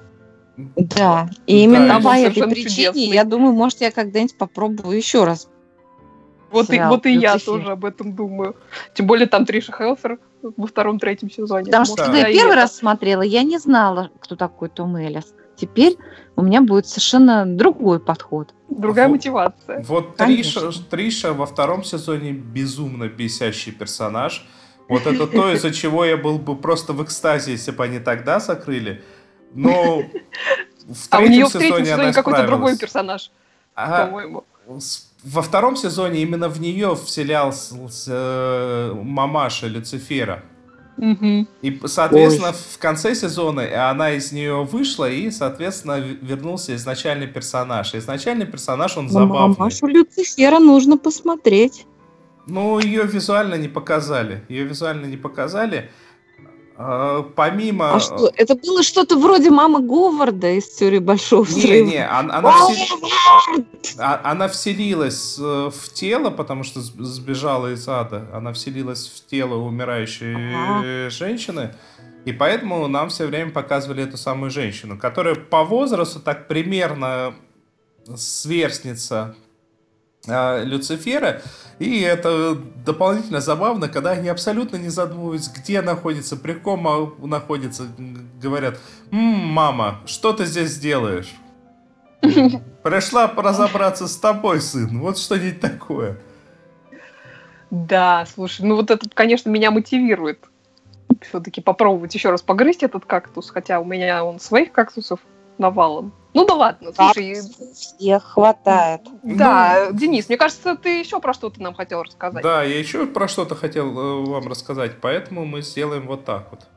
Да, и именно да, по этой причине, чудесный. Я думаю, может, я когда-нибудь попробую еще раз. Вот и, вот и я тоже об этом думаю. Тем более там Триша Хелфер во втором-третьем сезоне. Потому что когда я первый раз смотрела, я не знала, кто такой Том Эллис. Теперь у меня будет совершенно другой подход. Другая вот, мотивация. Вот Триша, Триша во втором сезоне безумно бесящий персонаж. Вот это то, из-за чего я был бы просто в экстазе, если бы они тогда закрыли. Но в а у сезоне нее в третьем сезоне она какой-то справилась. Другой персонаж, а, по-моему. Во втором сезоне именно в нее вселялся э, мамаша Люцифера. Мгм. И, соответственно, в конце сезона она из нее вышла, и, соответственно, в- вернулся изначальный персонаж. И изначальный персонаж, он А забавный. мамашу Люцифера нужно посмотреть. Ну, ее визуально не показали. Ее визуально не показали. А, помимо... А что, это было что-то вроде мамы Говарда из «Теории большого Не, взрыва»? не, он- она, всел- а- она вселилась э, в тело, потому что сб- сбежала из ада. Она вселилась в тело умирающей Ага. женщины. И поэтому нам все время показывали эту самую женщину, которая по возрасту так примерно сверстница э, Люцифера. И это дополнительно забавно, когда они абсолютно не задумываются, где находится, при ком а, находится. Г- Говорят: «М, мама, что ты здесь делаешь?» «Пришла разобраться с тобой, сын». Вот что-нибудь такое. Да, слушай, ну вот это, конечно, меня мотивирует все-таки попробовать еще раз погрызть этот кактус, хотя у меня он своих кактусов навалом. Ну да ладно, слушай, Всех хватает. да, Денис, мне кажется, ты еще про что-то нам хотел рассказать. Да, я еще про что-то хотел э, вам рассказать, поэтому мы сделаем вот так вот.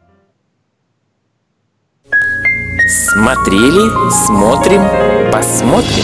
Смотрели, смотрим, посмотрим.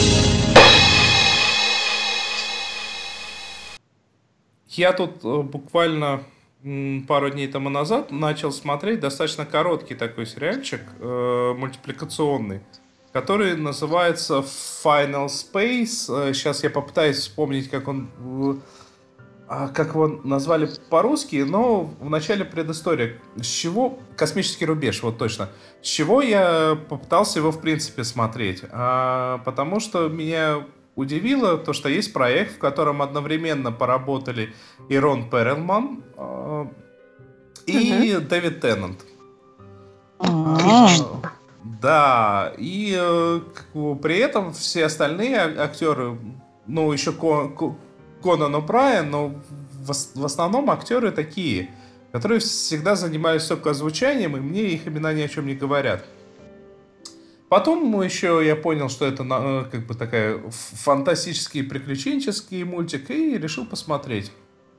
Я тут э, буквально м, пару дней тому назад начал смотреть достаточно короткий такой сериальчик, э, мультипликационный, который называется Final Space. Э, Сейчас я попытаюсь вспомнить, как он, э, а, как его назвали по-русски, но в начале предыстория. С чего... Космический рубеж, вот точно. С чего я попытался его в принципе смотреть? А, потому что меня удивило то, что есть проект, в котором одновременно поработали и Рон Перлман, а, и Дэвид Теннант. А, Да, и э, как бы при этом все остальные а- актеры, ну, еще Ко- Ко- Конан О'Брайен, но в, ос- в основном актеры такие, которые всегда занимались только озвучанием, и мне их имена ни о чем не говорят. Потом еще я понял, что это на- э, как бы такая ф- фантастический приключенческий мультик, и решил посмотреть.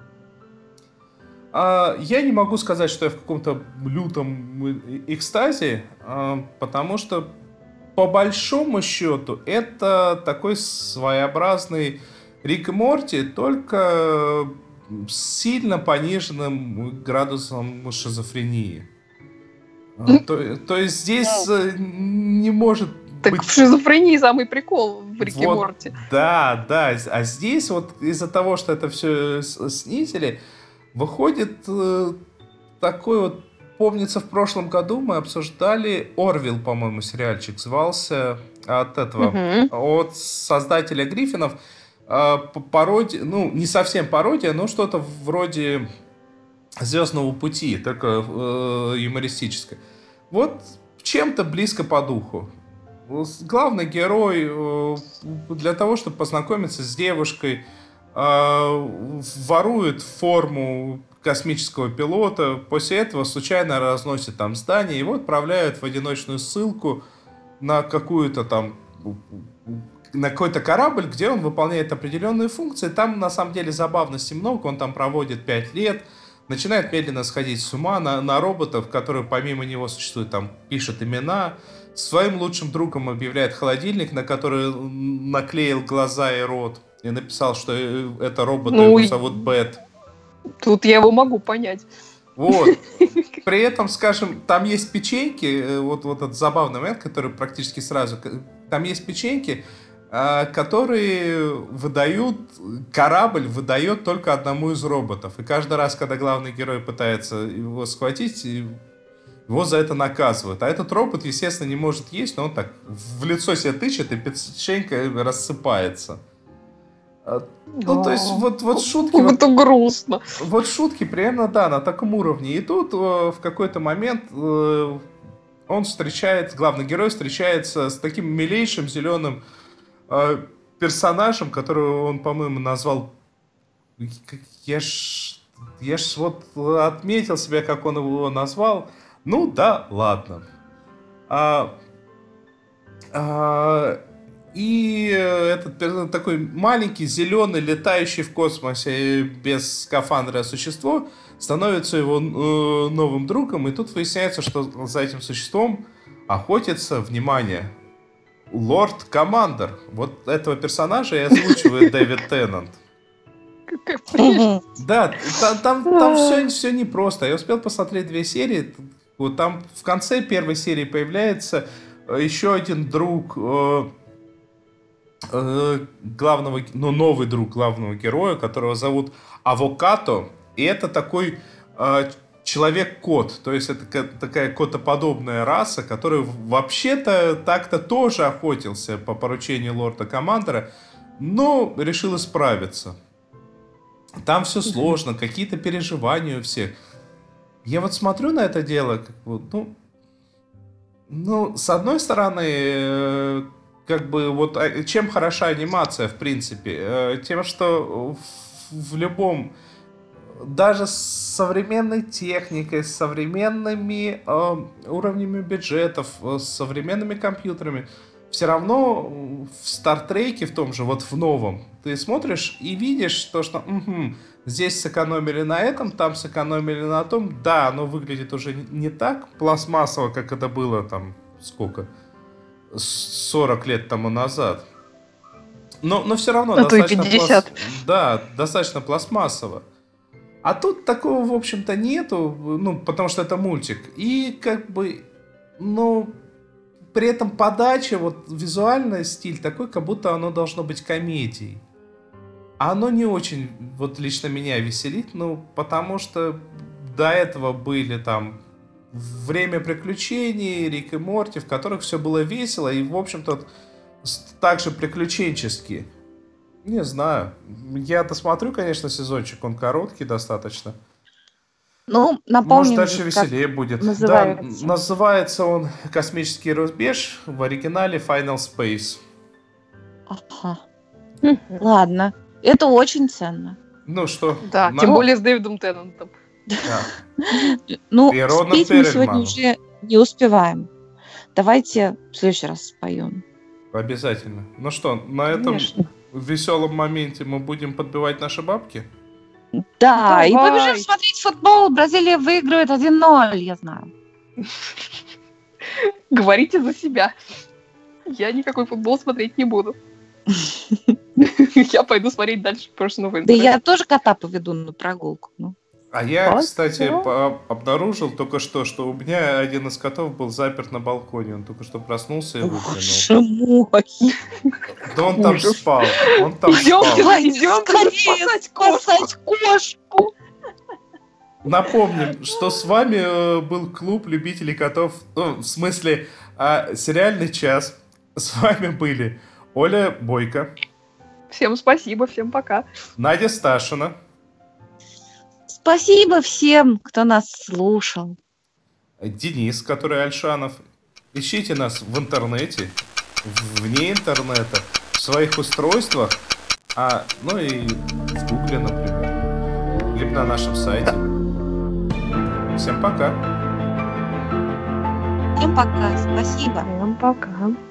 А, Я не могу сказать, что я в каком-то лютом э, экстазе, а, потому что по большому счету это такой своеобразный Рик и Морти, только с сильно пониженным градусом шизофрении. А, То, то есть здесь э, не может Так быть... в шизофрении самый прикол в Рике и Вот, Морти. да, да. А здесь вот из-за того, что это все снизили, выходит э, такой вот... Помнится, в прошлом году мы обсуждали Орвилл, по-моему, сериальчик звался, от этого, Мгм. от создателя Гриффинов. э, п- пародия, ну, не совсем пародия, но что-то вроде Звездного пути, только э, юмористическое. Вот чем-то близко по духу. С- Главный герой э, для того, чтобы познакомиться с девушкой, э, ворует форму космического пилота, после этого случайно разносит там здание, его отправляют в одиночную ссылку на какую-то там на какой-то корабль, где он выполняет определенные функции. Там на самом деле забавностей много, он там проводит пять лет, начинает медленно сходить с ума на, на роботов, которые помимо него существуют, там пишет имена, своим лучшим другом объявляет холодильник, на который наклеил глаза и рот, и написал, что э, это робот, Ну, его и- зовут Бэт. Тут я его могу понять. Вот. При этом, скажем, там есть печеньки, э, вот, вот этот забавный момент, который практически сразу... к- Там есть печеньки, э, которые выдают... Корабль выдает только одному из роботов. И каждый раз, когда главный герой пытается его схватить, и его за это наказывают. А этот робот, естественно, не может есть, но он так в лицо себе тычет, и печенька рассыпается. А, Ну, то есть, вот, вот шутки... вот- Это грустно. вот шутки примерно, да, на таком уровне. И тут э, в какой-то момент э, он встречает, главный герой встречается с таким милейшим зеленым э, персонажем, которого он, по-моему, назвал... как- Я ж, я ж вот отметил себя, как он его назвал. Ну да, ладно. А, а, И этот персонаж, такой маленький, зеленый, летающий в космосе без скафандра существо становится его э, новым другом, и тут выясняется, что за этим существом охотится, внимание, Лорд Командер. Вот этого персонажа и озвучивает Дэвид Теннант. Да, там, там, там все, все непросто. Я успел посмотреть две серии. Вот там в конце первой серии появляется еще один друг э, э, главного, ну, новый друг главного героя, которого зовут Авокато. И это такой э, человек-кот. То есть это такая котоподобная раса, которая вообще-то так-то тоже охотился по поручению лорда Командера, но решил исправиться. Там все сложно, какие-то переживания у всех. Я вот смотрю на это дело, как бы, ну, ну, с одной стороны, э, как бы, вот, чем хороша анимация, в принципе? Э, тем, что в, в любом, даже с современной техникой, с современными э, уровнями бюджетов, с современными компьютерами, все равно в Стартреке, в том же, вот в новом, ты смотришь и видишь то, что угу, здесь сэкономили на этом, там сэкономили на том. Да, оно выглядит уже не так пластмассово, как это было там, сколько, сорок лет тому назад. Но, но все равно а достаточно, пятьдесят. пласт... да, достаточно пластмассово. А тут такого, в общем-то, нету, ну, потому что это мультик. И как бы, ну... При этом подача, вот визуальный стиль такой, как будто оно должно быть комедией. А оно не очень, вот лично меня веселит, ну, потому что до этого были там «Время приключений», «Рик и Морти», в которых все было весело и, в общем-то, также приключенчески. Не знаю. Я досмотрю, конечно, сезончик, он короткий достаточно. Ну, напомним, может, дальше веселее будет. Называется. Да, называется он «Космический рубеж», в оригинале «Final Space». Ага. Ладно. Это очень ценно. Ну что? Да, на... тем более с Дэвидом Теннантом. Да. Ну, И Роном спеть мы сегодня Перельманом. уже не успеваем. Давайте в следующий раз споем. Обязательно. Ну что, на этом Конечно. веселом моменте мы будем подбивать наши бабки? Да, и Давай. побежим смотреть футбол. Бразилия выиграет один ноль, я знаю. Говорите за себя. Я никакой футбол смотреть не буду. Я пойду смотреть дальше Person of Interest. Да я тоже кота поведу на прогулку. Ну. А я, Вот кстати, всё. по- обнаружил только что, что у меня один из котов был заперт на балконе. Он только что проснулся и выглянул. Боже мой. Да он там Ужас. спал. Он там Идёмте. спал. Давай, Идёмте скорее спасать кошку. спасать кошку. Напомним, что с вами э, был клуб любителей котов. Ну, в смысле, а, сериальный час. С вами были Оля Бойко, Всем спасибо, всем пока. Надя Сташина, Спасибо всем, кто нас слушал. Денис, который Альшанов. Ищите нас в интернете, вне интернета, в своих устройствах, а, ну и в Гугле, например, либо на нашем сайте. Всем пока. Всем пока. Спасибо. Всем пока.